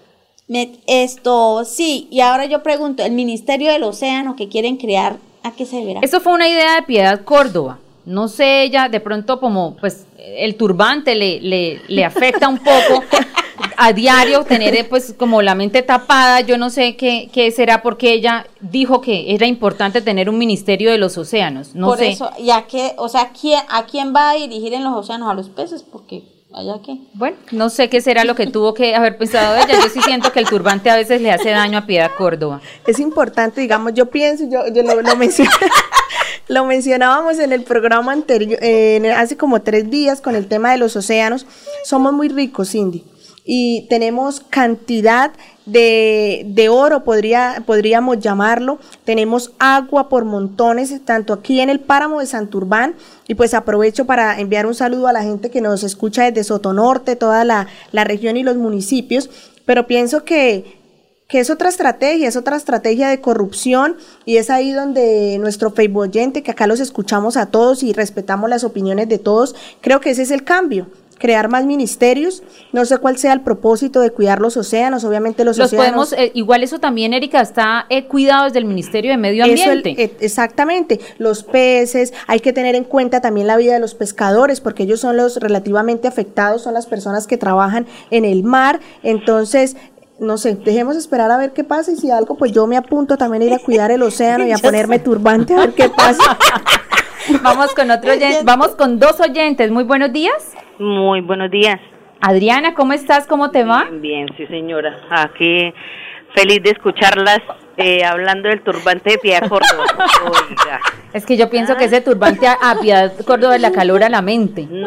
Speaker 10: Esto, sí, y ahora yo pregunto, el Ministerio del Océano que quieren crear, ¿a qué se deberá?
Speaker 8: Eso fue una idea de Piedad Córdoba. No sé, ella de pronto como pues el turbante le, le, le afecta un poco a diario tener pues como la mente tapada, yo no sé qué, qué será porque ella dijo que era importante tener un Ministerio de los Océanos, no
Speaker 10: Por
Speaker 8: sé.
Speaker 10: eso, ya que, o sea, ¿quién, ¿a quién va a dirigir en los océanos? A los peces, porque... ¿Allá qué?
Speaker 8: Bueno, no sé qué será lo que tuvo que haber pensado ella. Yo sí siento que el turbante a veces le hace daño a Piedad Córdoba.
Speaker 9: Es importante, digamos, yo pienso, yo, yo lo, lo, mencioné, lo mencionábamos en el programa anterior, eh, hace como tres días con el tema de los océanos. Somos muy ricos, Cindy, y tenemos cantidad de, de oro, podría, podríamos llamarlo. Tenemos agua por montones, tanto aquí en el páramo de Santurbán, y pues aprovecho para enviar un saludo a la gente que nos escucha desde Sotonorte, toda la, la región y los municipios, pero pienso que, que es otra estrategia, es otra estrategia de corrupción, y es ahí donde nuestro Facebook oyente, que acá los escuchamos a todos y respetamos las opiniones de todos, creo que ese es el cambio. Crear más ministerios, no sé cuál sea el propósito de cuidar los océanos, obviamente los,
Speaker 8: los
Speaker 9: océanos...
Speaker 8: podemos, eh, igual eso también, Erika, está eh, cuidado desde el Ministerio de Medio Ambiente.
Speaker 9: Eso el, eh, exactamente, los peces, hay que tener en cuenta también la vida de los pescadores, porque ellos son los relativamente afectados, son las personas que trabajan en el mar, entonces... No sé, dejemos esperar a ver qué pasa y si algo, pues yo me apunto también a ir a cuidar el océano y a ponerme turbante a ver qué pasa.
Speaker 8: Vamos con otro oyente, vamos con dos oyentes. Muy buenos días.
Speaker 14: Muy buenos días.
Speaker 8: Adriana, ¿cómo estás? ¿Cómo te va?
Speaker 14: Bien, bien, sí señora. Aquí feliz de escucharlas eh, hablando del turbante de Piedad Córdoba. Oiga.
Speaker 8: Es que yo pienso ah. que ese turbante a, a Piedad Córdoba le acalora la mente.
Speaker 14: No.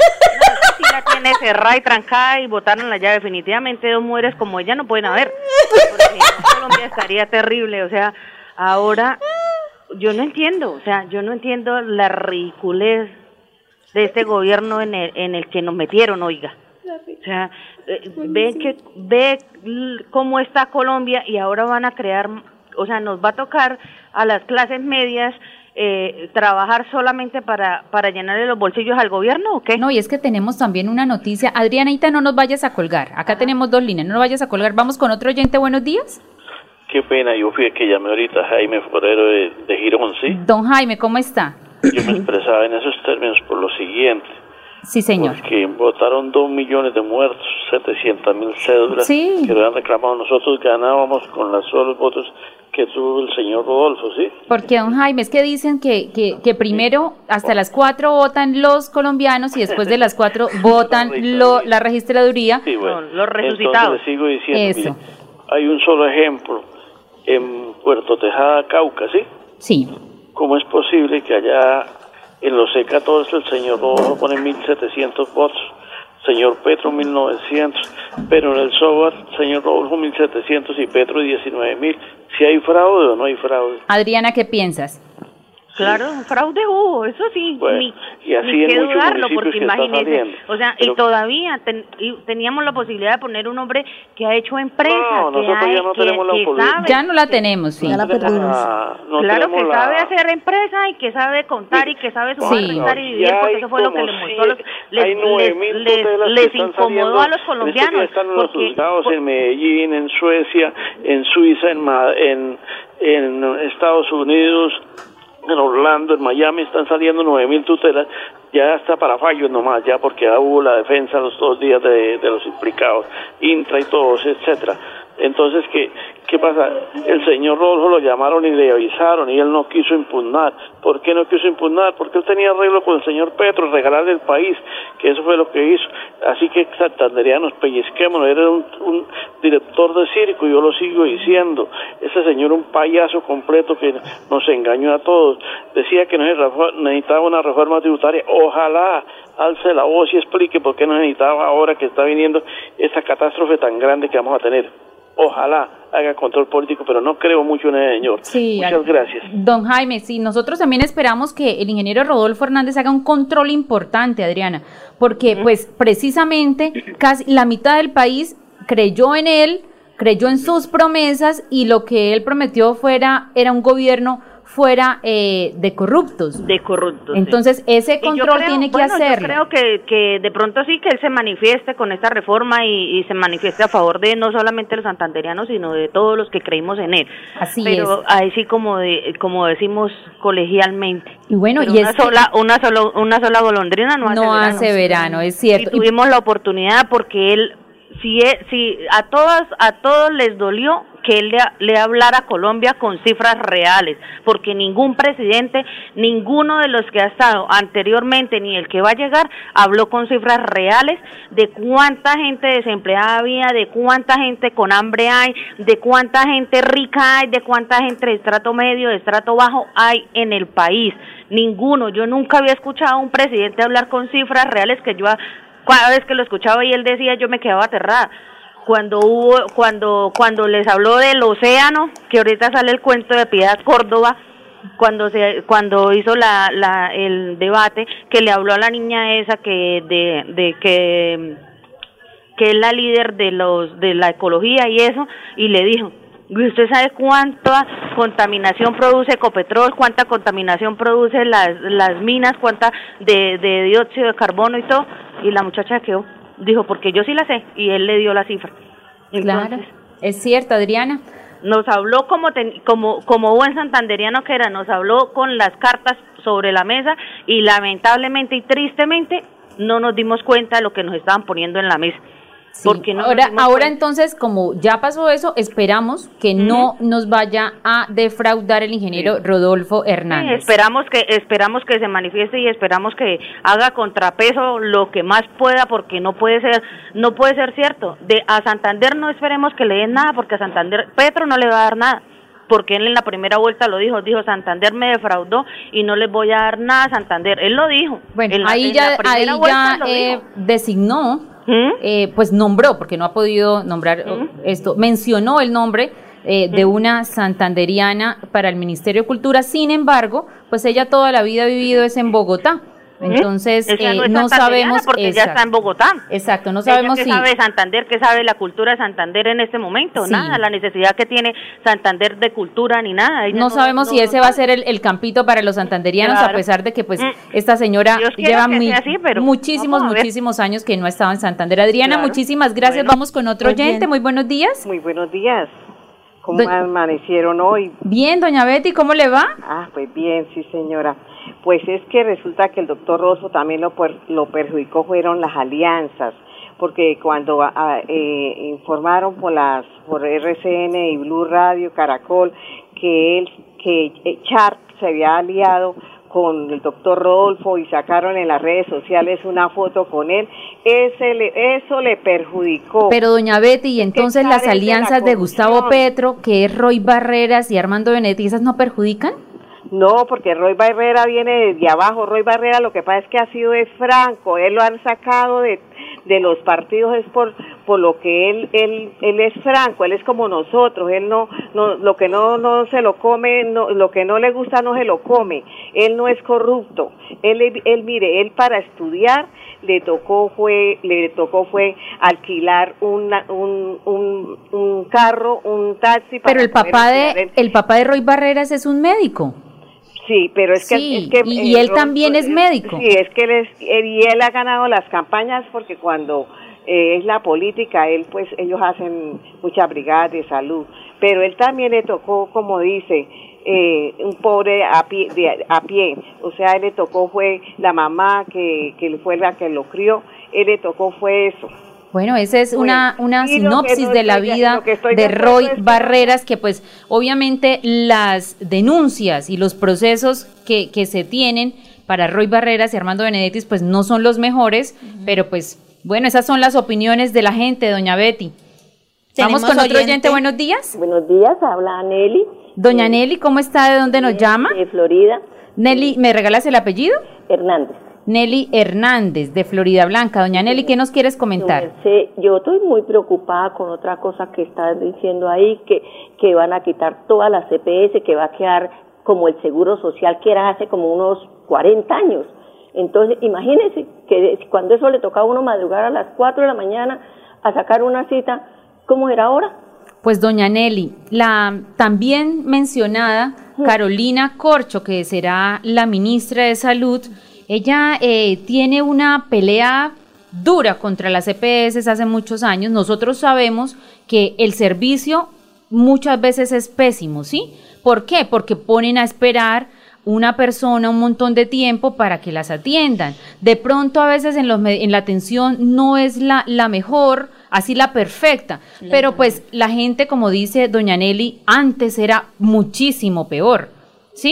Speaker 14: Si la tiene cerrada y trancada y botaron la llave, definitivamente dos mujeres como ella no pueden haber, porque en Colombia estaría terrible. O sea, ahora yo no entiendo, o sea, yo no entiendo la ridiculez de este gobierno en el, en el que nos metieron, oiga. O sea, eh, ve que ve cómo está Colombia y ahora van a crear, o sea, nos va a tocar a las clases medias Eh, trabajar solamente para, para llenarle los bolsillos al gobierno, ¿o qué?
Speaker 8: No, y es que tenemos también una noticia. Adrianita, no nos vayas a colgar. Acá Ajá. tenemos dos líneas, no nos vayas a colgar. Vamos con otro oyente, buenos días.
Speaker 3: Qué pena, yo fui el que llamé ahorita, Jaime Forero de, de Girón, ¿sí?
Speaker 8: Don Jaime, ¿cómo está?
Speaker 3: Yo me expresaba en esos términos por lo siguiente.
Speaker 8: Sí, señor.
Speaker 3: Porque votaron dos millones de muertos, setecientas mil cédulas
Speaker 8: sí.
Speaker 3: que lo han reclamado. Nosotros ganábamos con los solos votos que tuvo el señor Rodolfo, ¿sí?
Speaker 8: Porque, don Jaime, es que dicen que, que, que primero hasta las cuatro votan los colombianos y después de las cuatro votan lo, la registraduría,
Speaker 3: sí, bueno.
Speaker 14: no, los resucitados.
Speaker 3: Entonces, les sigo diciendo,
Speaker 8: Eso.
Speaker 3: Mire, hay un solo ejemplo en Puerto Tejada, Cauca, ¿sí?
Speaker 8: Sí.
Speaker 3: ¿Cómo es posible que allá en los C catorce el señor Rodolfo pone mil setecientos votos, señor Petro mil novecientos, pero en el Sobar, señor Rodolfo mil setecientos y Petro diecinueve mil? ¿Si hay fraude o no hay fraude?
Speaker 8: Adriana, ¿qué piensas?
Speaker 14: Claro, un fraude hubo, eso sí,
Speaker 3: bueno,
Speaker 14: ni,
Speaker 3: y así
Speaker 14: ni
Speaker 3: en
Speaker 14: que
Speaker 3: muchos
Speaker 14: dudarlo,
Speaker 3: municipios
Speaker 14: porque
Speaker 3: que está
Speaker 14: imagínese,
Speaker 3: saliendo.
Speaker 14: o sea,
Speaker 3: Pero,
Speaker 14: y todavía ten, y teníamos la posibilidad de poner un hombre que ha hecho empresa,
Speaker 3: no,
Speaker 14: que,
Speaker 3: nosotros
Speaker 14: hay,
Speaker 3: ya no
Speaker 14: que,
Speaker 3: tenemos la
Speaker 14: que
Speaker 3: posibilidad.
Speaker 14: sabe,
Speaker 8: ya no la tenemos, sí.
Speaker 9: Ya la perdimos.
Speaker 3: Ah, no
Speaker 14: claro que
Speaker 3: la...
Speaker 14: sabe hacer empresa y que sabe contar y que sabe sumar,
Speaker 8: sí.
Speaker 14: restar y dividir,
Speaker 3: Ya
Speaker 14: porque eso fue lo que
Speaker 3: como
Speaker 14: les mostró
Speaker 3: si
Speaker 14: a los, les,
Speaker 3: hay nueve mil
Speaker 14: les,
Speaker 3: tutelas
Speaker 14: les
Speaker 3: que están
Speaker 14: incomodó
Speaker 3: saliendo.
Speaker 14: a los colombianos.
Speaker 3: En este están en los
Speaker 14: porque,
Speaker 3: juzgados
Speaker 14: por,
Speaker 3: en Medellín, en Suecia, en Suiza, en, en, en Estados Unidos, en Orlando, en Miami, están saliendo nueve mil tutelas, ya está para fallos nomás, ya porque ya hubo la defensa los dos días de, de los implicados, Intra y todos, etcétera. Entonces, ¿qué, ¿qué pasa? El señor Rodolfo lo llamaron y le avisaron y él no quiso impugnar. ¿Por qué no quiso impugnar? Porque él tenía arreglo con el señor Petro, regalarle el país, que eso fue lo que hizo. Así que santanderianos, pellizquémonos, era un, un director de circo, y yo lo sigo diciendo. Ese señor un payaso completo que nos engañó a todos. Decía que necesitaba una reforma tributaria. Ojalá alce la voz y explique por qué no necesitaba ahora que está viniendo esta catástrofe tan grande que vamos a tener. Ojalá haga control político, pero no creo mucho en el señor.
Speaker 8: Sí,
Speaker 3: muchas gracias.
Speaker 8: Don Jaime, sí, nosotros también esperamos que el ingeniero Rodolfo Hernández haga un control importante, Adriana, porque uh-huh. pues precisamente casi la mitad del país creyó en él, creyó en sus promesas, y lo que él prometió fuera era un gobierno fuera eh, de corruptos.
Speaker 14: De corruptos.
Speaker 8: Entonces, sí. ese control creo, tiene que
Speaker 14: bueno,
Speaker 8: hacerlo.
Speaker 14: Yo creo que, que de pronto sí que él se manifieste con esta reforma y, y se manifieste a favor de no solamente los santanderianos, sino de todos los que creímos en él.
Speaker 8: Así
Speaker 14: Pero
Speaker 8: es.
Speaker 14: ahí sí, como de, como decimos colegialmente.
Speaker 8: Y bueno,
Speaker 14: Pero
Speaker 8: y
Speaker 14: una
Speaker 8: es
Speaker 14: sola, una sola, una sola golondrina no hace
Speaker 8: no
Speaker 14: verano.
Speaker 8: hace verano, es cierto.
Speaker 14: Y tuvimos la oportunidad porque él, si, él, si a todas, a todos les dolió que él le, le hablara a Colombia con cifras reales, porque ningún presidente, ninguno de los que ha estado anteriormente, ni el que va a llegar, habló con cifras reales de cuánta gente desempleada había, de cuánta gente con hambre hay, de cuánta gente rica hay, de cuánta gente de estrato medio, de estrato bajo hay en el país. Ninguno. Yo nunca había escuchado a un presidente hablar con cifras reales, que yo cada vez que lo escuchaba y él decía, yo me quedaba aterrada. Cuando hubo, cuando, cuando les habló del océano, que ahorita sale el cuento de Piedad Córdoba, cuando se, cuando hizo la, la, el debate, que le habló a la niña esa que, de, de que, que es la líder de los, de la ecología y eso, y le dijo, ¿usted sabe cuánta contaminación produce Ecopetrol, cuánta contaminación produce las, las minas, cuánta de, de dióxido de carbono y todo? Y la muchacha quedó. Dijo, porque yo sí la sé, y él le dio la cifra. Entonces,
Speaker 8: claro, es cierto, Adriana.
Speaker 14: Nos habló como, ten, como, como buen santanderiano que era, nos habló con las cartas sobre la mesa, y lamentablemente y tristemente no nos dimos cuenta de lo que nos estaban poniendo en la mesa.
Speaker 8: Sí.
Speaker 14: Porque no
Speaker 8: ahora, ahora entonces, como ya pasó eso, esperamos que uh-huh. no nos vaya a defraudar el ingeniero sí. Rodolfo Hernández.
Speaker 14: Sí, esperamos que esperamos que se manifieste y esperamos que haga contrapeso lo que más pueda, porque no puede ser no puede ser cierto. De a Santander no esperemos que le den nada, porque a Santander Petro no le va a dar nada. Porque él en la primera vuelta lo dijo, dijo Santander me defraudó y no les voy a dar nada a Santander. Él lo dijo.
Speaker 8: Bueno,
Speaker 14: en la,
Speaker 8: ahí
Speaker 14: en
Speaker 8: ya,
Speaker 14: la
Speaker 8: ahí ya eh,
Speaker 14: dijo.
Speaker 8: designó.
Speaker 14: ¿Mm?
Speaker 8: Eh, pues nombró, porque no ha podido nombrar ¿Mm? esto, mencionó el nombre eh, de ¿Mm? una santanderiana para el Ministerio de Cultura. Sin embargo, pues ella toda la vida ha vivido es en Bogotá. Entonces,
Speaker 14: eh, no,
Speaker 8: eh, no sabemos
Speaker 14: porque
Speaker 8: exacto,
Speaker 14: ya está en Bogotá.
Speaker 8: Exacto, no sabemos
Speaker 14: ¿Qué
Speaker 8: si
Speaker 14: sabe Santander? ¿Qué sabe la cultura de Santander en este momento? Sí. Nada, la necesidad que tiene Santander de cultura ni nada.
Speaker 8: No, no sabemos no, si no, ese no va a ser el, el campito para los santanderianos, claro. a pesar de que pues mm. esta señora lleva muy, así, muchísimos, muchísimos años que no estaba en Santander. Adriana, claro. muchísimas gracias. Bueno, vamos con otro oyente. Bien. Muy buenos días.
Speaker 15: Muy buenos días. ¿Cómo Do amanecieron hoy?
Speaker 8: Bien, doña Betty, ¿cómo le va?
Speaker 15: Ah, pues bien, sí, señora. Pues es que resulta que el doctor Rosso también lo, per, lo perjudicó, fueron las alianzas, porque cuando a, eh, informaron por las por R C N y Blue Radio, Caracol, que él, que Char se había aliado con el doctor Rodolfo y sacaron en las redes sociales una foto con él, ese le, eso le perjudicó.
Speaker 8: Pero doña Betty, y entonces las alianzas de, de Gustavo Petro, que es Roy Barreras y Armando Benedetti, ¿esas no perjudican?
Speaker 15: No, porque Roy Barrera viene desde abajo. Roy Barrera lo que pasa es que ha sido es franco, él lo han sacado de, de los partidos es por por lo que él él él es franco, él es como nosotros, él no no lo que no no se lo come, no, lo que no le gusta no se lo come, él no es corrupto. Él él mire, él para estudiar le tocó fue le tocó fue alquilar una, un un un carro, un taxi para
Speaker 8: Pero el papá de el... el papá de Roy Barreras es un médico.
Speaker 15: Sí, pero es que...
Speaker 8: Sí,
Speaker 15: es que
Speaker 8: y, y él
Speaker 15: Roy,
Speaker 8: también es médico.
Speaker 15: Sí, es que él, es, él, y él ha ganado las campañas porque cuando eh, es la política, él pues ellos hacen muchas brigadas de salud, pero él también le tocó, como dice, eh, un pobre a pie, de, a pie, o sea, él le tocó fue la mamá que, que fue la que lo crió, él le tocó fue eso.
Speaker 8: Bueno, esa es una, una
Speaker 15: y lo que
Speaker 8: sinopsis
Speaker 15: no
Speaker 8: de la
Speaker 15: estoy-
Speaker 8: vida
Speaker 15: lo que estoy
Speaker 8: de
Speaker 15: de acuerdo
Speaker 8: Roy
Speaker 15: es que-
Speaker 8: Barreras, que pues obviamente las denuncias y los procesos que, que se tienen para Roy Barreras y Armando Benedetti pues no son los mejores, uh-huh. pero pues bueno, esas son las opiniones de la gente, doña Betty. Vamos con otro oyente, buenos días.
Speaker 16: Buenos días, habla Nelly.
Speaker 8: Doña eh, Nelly, ¿cómo está? ¿De dónde nos llama?
Speaker 16: De Florida.
Speaker 8: Nelly, ¿me regalas el apellido?
Speaker 16: Hernández.
Speaker 8: Nelly Hernández, de Florida Blanca. Doña Nelly, ¿qué nos quieres comentar?
Speaker 16: Sí, yo estoy muy preocupada con otra cosa que están diciendo ahí, que, que van a quitar todas las C P S, que va a quedar como el Seguro Social que era hace como unos cuarenta años. Entonces, imagínense que cuando eso le tocaba a uno madrugar a las cuatro de la mañana a sacar una cita, ¿cómo era ahora?
Speaker 8: Pues doña Nelly, la también mencionada Carolina Corcho, que será la ministra de Salud, ella eh, tiene una pelea dura contra las C P S hace muchos años. Nosotros sabemos que el servicio muchas veces es pésimo, ¿sí? ¿Por qué? Porque ponen a esperar una persona un montón de tiempo para que las atiendan. De pronto a veces en, los, en la atención no es la, la mejor, así la perfecta, la pero pues la gente, como dice doña Nelly, antes era muchísimo peor, ¿sí?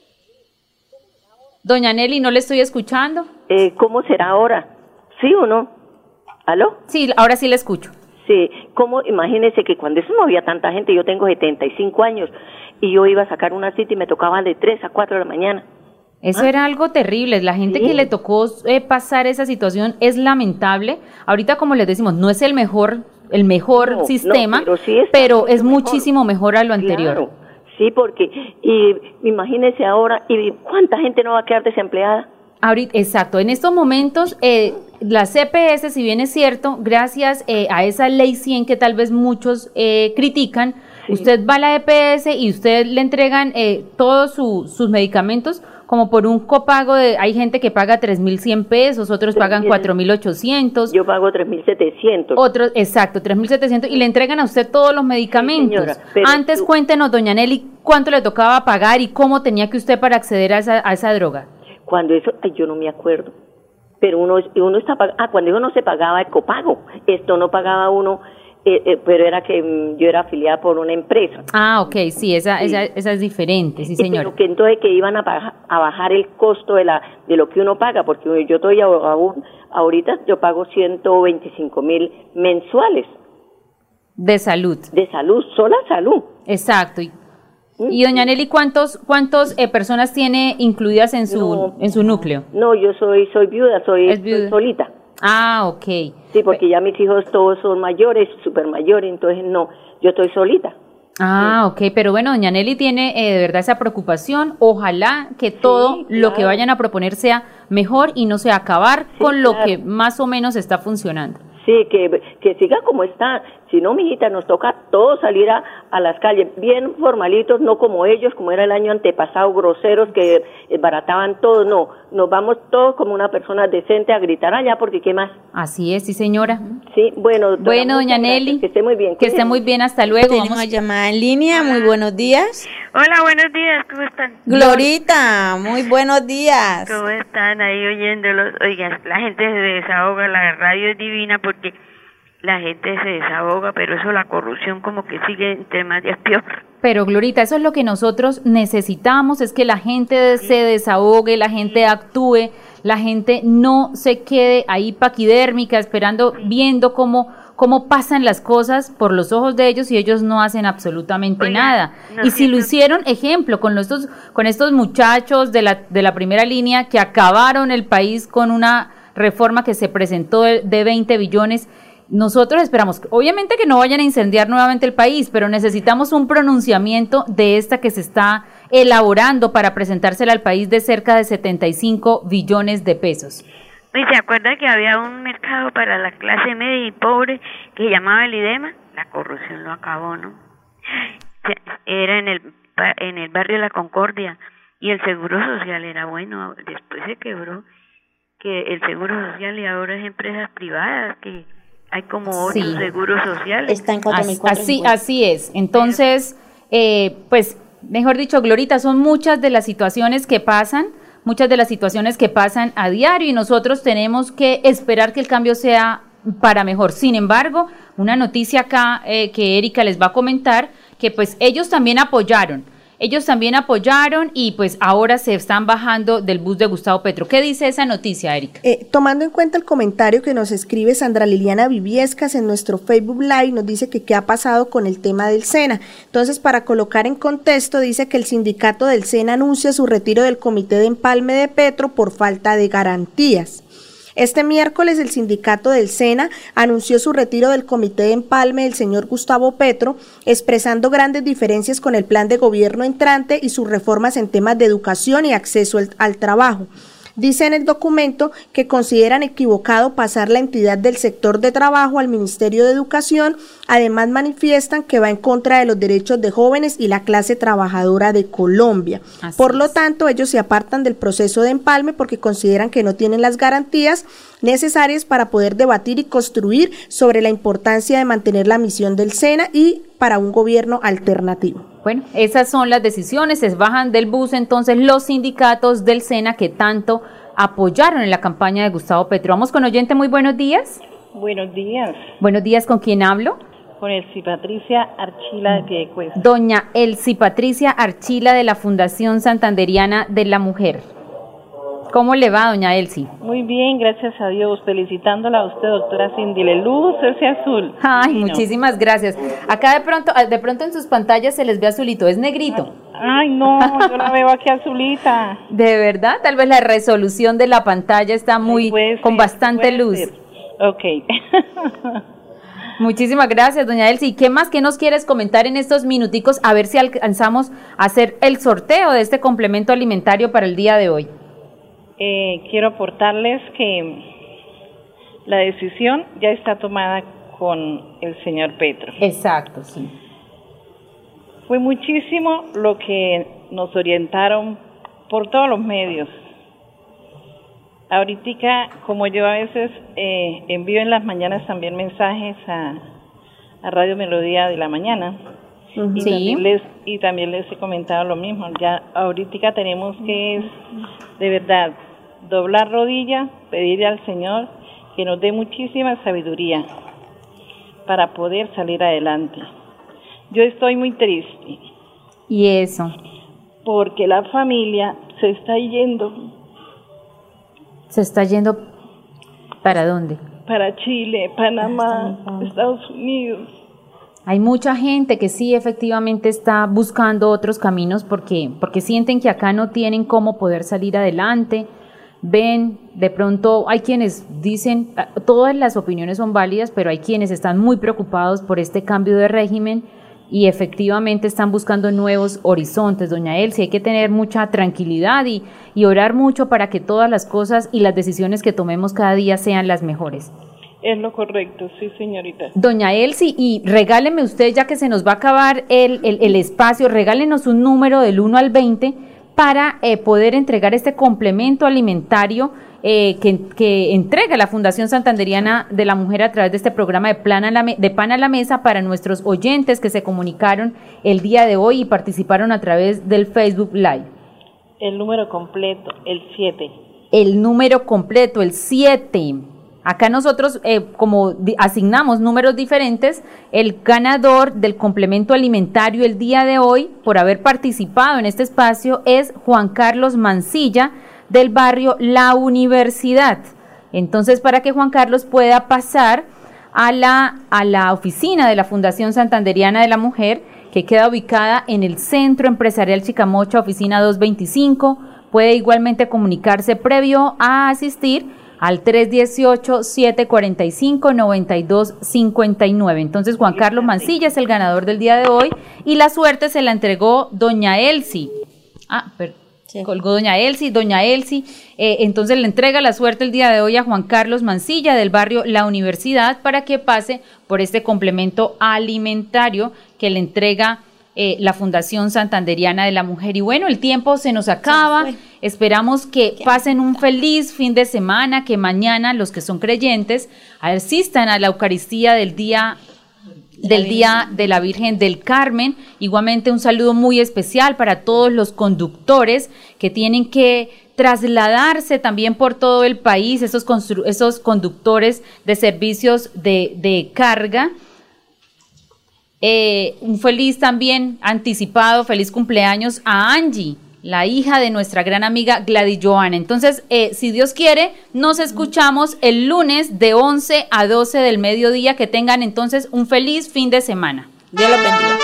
Speaker 8: Doña Nelly, no le estoy escuchando.
Speaker 16: Eh, ¿Cómo será ahora? ¿Sí o no? ¿Aló?
Speaker 8: Sí, ahora sí le escucho.
Speaker 16: Sí, ¿cómo? Imagínese que cuando eso no había tanta gente, yo tengo setenta y cinco años, y yo iba a sacar una cita y me tocaba de tres a cuatro de la mañana.
Speaker 8: Eso ¿Ah? era algo terrible. La gente sí. que le tocó eh, pasar esa situación es lamentable. Ahorita, como les decimos, no es el mejor, el mejor no, sistema, no, pero, sí pero es mejor. muchísimo mejor a lo anterior.
Speaker 16: Claro. Sí, porque, y imagínese ahora, ¿y cuánta gente no va a quedar desempleada?
Speaker 8: Ahorita, exacto, en estos momentos, eh, la C P S, si bien es cierto, gracias eh, a esa ley cien que tal vez muchos eh, critican, sí. usted va a la E P S y usted le entregan eh, todos su, sus medicamentos como por un copago de, hay gente que paga tres mil cien pesos, otros pagan cuatro mil ochocientos.
Speaker 16: Yo pago tres mil setecientos.
Speaker 8: Otros, exacto, tres mil setecientos y le entregan a usted todos los medicamentos. Sí, señora, Antes tú... cuéntenos, doña Nelly, cuánto le tocaba pagar y cómo tenía que usted para acceder a esa, a esa droga.
Speaker 16: Cuando eso, ay, yo no me acuerdo, pero uno, uno está pagando, ah, cuando eso no se pagaba el copago, esto no pagaba uno, eh, eh, pero era que mm, yo era afiliada por una empresa.
Speaker 8: Ah, ok, sí, esa, sí. esa, esa es diferente, sí, señor.
Speaker 16: Pero que entonces que iban a, baja, a bajar el costo de la de lo que uno paga, porque yo estoy aún, ahorita yo pago ciento veinticinco mil mensuales.
Speaker 8: De salud.
Speaker 16: De salud, sola salud.
Speaker 8: Exacto, y Y doña Nelly, ¿cuántos cuántos eh, personas tiene incluidas en su no, en su núcleo?
Speaker 16: No, yo soy soy viuda, soy, ¿Es viuda? soy solita.
Speaker 8: Ah, ok.
Speaker 16: Sí, porque ya mis hijos todos son mayores, súper mayores, entonces no, yo estoy solita.
Speaker 8: Ah, sí. ok, pero bueno, doña Nelly tiene eh, de verdad esa preocupación. Ojalá que todo sí, claro. lo que vayan a proponer sea mejor y no sea acabar sí, con claro. lo que más o menos está funcionando.
Speaker 16: Sí, que, que siga como está. Si no, mijita, nos toca todos salir a, a las calles, bien formalitos, no como ellos, como era el año antepasado, groseros, que barataban todo. No, nos vamos todos como una persona decente a gritar allá, porque ¿qué más?
Speaker 8: Así es, sí, señora.
Speaker 16: Sí, bueno. Doctora,
Speaker 8: bueno, doña Nelly.
Speaker 16: Que esté muy bien.
Speaker 8: Que esté muy bien, hasta luego.
Speaker 10: Tenemos vamos a llamar en línea, muy buenos días.
Speaker 17: Hola, buenos días, ¿cómo están?
Speaker 10: Glorita, muy buenos días.
Speaker 17: ¿Cómo están ahí oyéndolos? Oigan, la gente se desahoga, la radio es divina porque la gente se desahoga, pero eso la corrupción como que sigue entre más días peor.
Speaker 8: Pero Glorita, eso es lo que nosotros necesitamos, es que la gente sí. se desahogue, la gente actúe, la gente no se quede ahí paquidérmica esperando, sí. viendo cómo cómo pasan las cosas por los ojos de ellos y ellos no hacen absolutamente Oiga, nada. No y si siempre... lo hicieron, ejemplo, con estos con estos muchachos de la de la primera línea que acabaron el país con una reforma que se presentó de, de veinte billones. Nosotros esperamos, obviamente que no vayan a incendiar nuevamente el país, pero necesitamos un pronunciamiento de esta que se está elaborando para presentársela al país de cerca de setenta y cinco billones de pesos.
Speaker 17: ¿Y se acuerda que había un mercado para la clase media y pobre que se llamaba el IDEMA? La corrupción lo acabó, ¿no? Era en el en el barrio La Concordia y el seguro social era bueno, después se quebró que el seguro social y ahora es empresas privadas que hay como otros sí. seguros sociales.
Speaker 10: Está en cuatro mil
Speaker 8: cuatrocientos cincuenta. Así, así es. Entonces, eh, pues, mejor dicho, Glorita, son muchas de las situaciones que pasan, muchas de las situaciones que pasan a diario y nosotros tenemos que esperar que el cambio sea para mejor. Sin embargo, una noticia acá eh, que Erika les va a comentar, que pues ellos también apoyaron, ellos también apoyaron y pues ahora se están bajando del bus de Gustavo Petro. ¿Qué dice esa noticia, Erika?
Speaker 9: Eh, tomando en cuenta el comentario que nos escribe Sandra Liliana Viviescas en nuestro Facebook Live, nos dice que qué ha pasado con el tema del SENA. Entonces, para colocar en contexto, dice que el sindicato del SENA anuncia su retiro del comité de empalme de Petro por falta de garantías. Este miércoles el sindicato del SENA anunció su retiro del comité de empalme del señor Gustavo Petro, expresando grandes diferencias con el plan de gobierno entrante y sus reformas en temas de educación y acceso al, al trabajo. Dice en el documento que consideran equivocado pasar la entidad del sector de trabajo al Ministerio de Educación. Además manifiestan que va en contra de los derechos de jóvenes y la clase trabajadora de Colombia. Así Por lo es. tanto, ellos se apartan del proceso de empalme porque consideran que no tienen las garantías necesarias para poder debatir y construir sobre la importancia de mantener la misión del SENA y para un gobierno alternativo.
Speaker 8: Bueno, esas son las decisiones, se bajan del bus entonces los sindicatos del SENA que tanto apoyaron en la campaña de Gustavo Petro. Vamos con oyente, muy buenos días.
Speaker 18: Buenos días.
Speaker 8: Buenos días, ¿con quién hablo?
Speaker 18: Con Elsie Patricia Archila de Piedecuesta.
Speaker 8: Doña Elsie Patricia Archila de la Fundación Santanderiana de la Mujer. ¿Cómo le va, doña Elsie?
Speaker 18: Muy bien, gracias a Dios. Felicitándola a usted, doctora Cindy Luz, Elsie Azul.
Speaker 8: Ay, Divino. Muchísimas gracias. Acá de pronto, de pronto en sus pantallas se les ve azulito, ¿es negrito?
Speaker 18: Ay, no, yo la veo aquí azulita.
Speaker 8: ¿De verdad? Tal vez la resolución de la pantalla está muy, Ay, con ser, bastante luz.
Speaker 18: Ser. Ok.
Speaker 8: Muchísimas gracias, doña Elsie. ¿Qué más que nos quieres comentar en estos minuticos? A ver si alcanzamos a hacer el sorteo de este complemento alimentario para el día de hoy.
Speaker 18: Eh, quiero aportarles que la decisión ya está tomada con el señor Petro.
Speaker 8: Exacto, sí.
Speaker 18: Fue muchísimo lo que nos orientaron por todos los medios. Ahorita, como yo a veces eh, envío en las mañanas también mensajes a, a Radio Melodía de la mañana, uh-huh. y, sí. también les, y también les he comentado lo mismo. Ya ahorita tenemos que, de verdad, doblar rodilla, pedirle al Señor que nos dé muchísima sabiduría para poder salir adelante. Yo estoy muy triste.
Speaker 8: ¿Y eso?
Speaker 18: Porque la familia se está yendo.
Speaker 8: ¿Se está yendo para dónde?
Speaker 18: Para Chile, Panamá, Estados Unidos.
Speaker 8: Hay mucha gente que sí efectivamente está buscando otros caminos porque, porque sienten que acá no tienen cómo poder salir adelante. Ven, de pronto hay quienes dicen, todas las opiniones son válidas, pero hay quienes están muy preocupados por este cambio de régimen y efectivamente están buscando nuevos horizontes. Doña Elsie, hay que tener mucha tranquilidad y, y orar mucho para que todas las cosas y las decisiones que tomemos cada día sean las mejores.
Speaker 18: Es lo correcto, sí, señorita.
Speaker 8: Doña Elsie, y regáleme usted, ya que se nos va a acabar el, el, el espacio, regálenos un número del uno al veinte para eh, poder entregar este complemento alimentario eh, que, que entrega la Fundación Santanderiana de la Mujer a través de este programa de, plan a la me- de Pan a la Mesa para nuestros oyentes que se comunicaron el día de hoy y participaron a través del Facebook Live.
Speaker 18: El número completo, el siete.
Speaker 8: El número completo, el siete. Acá nosotros, eh, como di- asignamos números diferentes, el ganador del complemento alimentario el día de hoy, por haber participado en este espacio, es Juan Carlos Mancilla, del barrio La Universidad. Entonces, para que Juan Carlos pueda pasar a la, a la oficina de la Fundación Santanderiana de la Mujer, que queda ubicada en el Centro Empresarial Chicamocha, oficina doscientos veinticinco, puede igualmente comunicarse previo a asistir al tres dieciocho, siete cuarenta y cinco, noventa y dos cincuenta y nueve. Entonces Juan Carlos Mancilla es el ganador del día de hoy y la suerte se la entregó doña Elsie. Ah, perdón. Sí. Colgó doña Elsie, doña Elsie, eh, entonces le entrega la suerte el día de hoy a Juan Carlos Mancilla del barrio La Universidad para que pase por este complemento alimentario que le entrega eh, la Fundación Santanderiana de la Mujer. Y bueno, el tiempo se nos acaba, esperamos que pasen un feliz fin de semana, que mañana los que son creyentes asistan a la Eucaristía del día del Día de la Virgen del Carmen. Igualmente un saludo muy especial para todos los conductores que tienen que trasladarse también por todo el país, esos, esos conductores de servicios de, de carga. Eh, un feliz también anticipado, feliz cumpleaños a Angie, la hija de nuestra gran amiga Gladys Joana. Entonces, eh, si Dios quiere, nos escuchamos el lunes de once a doce del mediodía. Que tengan entonces un feliz fin de semana.
Speaker 10: Dios los bendiga.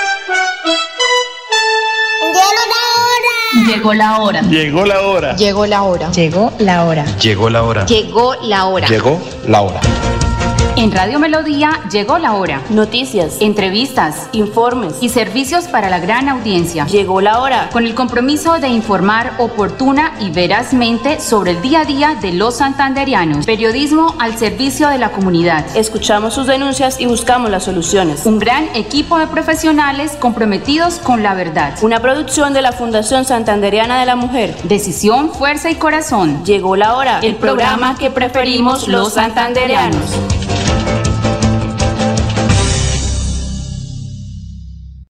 Speaker 6: Llegó la hora.
Speaker 19: Llegó la hora.
Speaker 6: Llegó la hora.
Speaker 20: Llegó la hora.
Speaker 19: Llegó la hora.
Speaker 6: Llegó la hora.
Speaker 19: Llegó la hora.
Speaker 6: En Radio Melodía llegó la hora.
Speaker 7: Noticias,
Speaker 6: Entrevistas
Speaker 7: informes
Speaker 6: y servicios para la gran audiencia.
Speaker 7: Llegó la hora.
Speaker 6: Con el compromiso de informar oportuna y verazmente sobre el día a día de los santanderianos. Periodismo al servicio de la comunidad.
Speaker 7: Escuchamos sus denuncias y buscamos las soluciones.
Speaker 6: Un gran equipo de profesionales comprometidos con la verdad.
Speaker 7: Una producción de la Fundación Santanderiana de la Mujer.
Speaker 6: Decisión, fuerza y corazón.
Speaker 7: Llegó la hora.
Speaker 6: El programa que preferimos los santanderianos.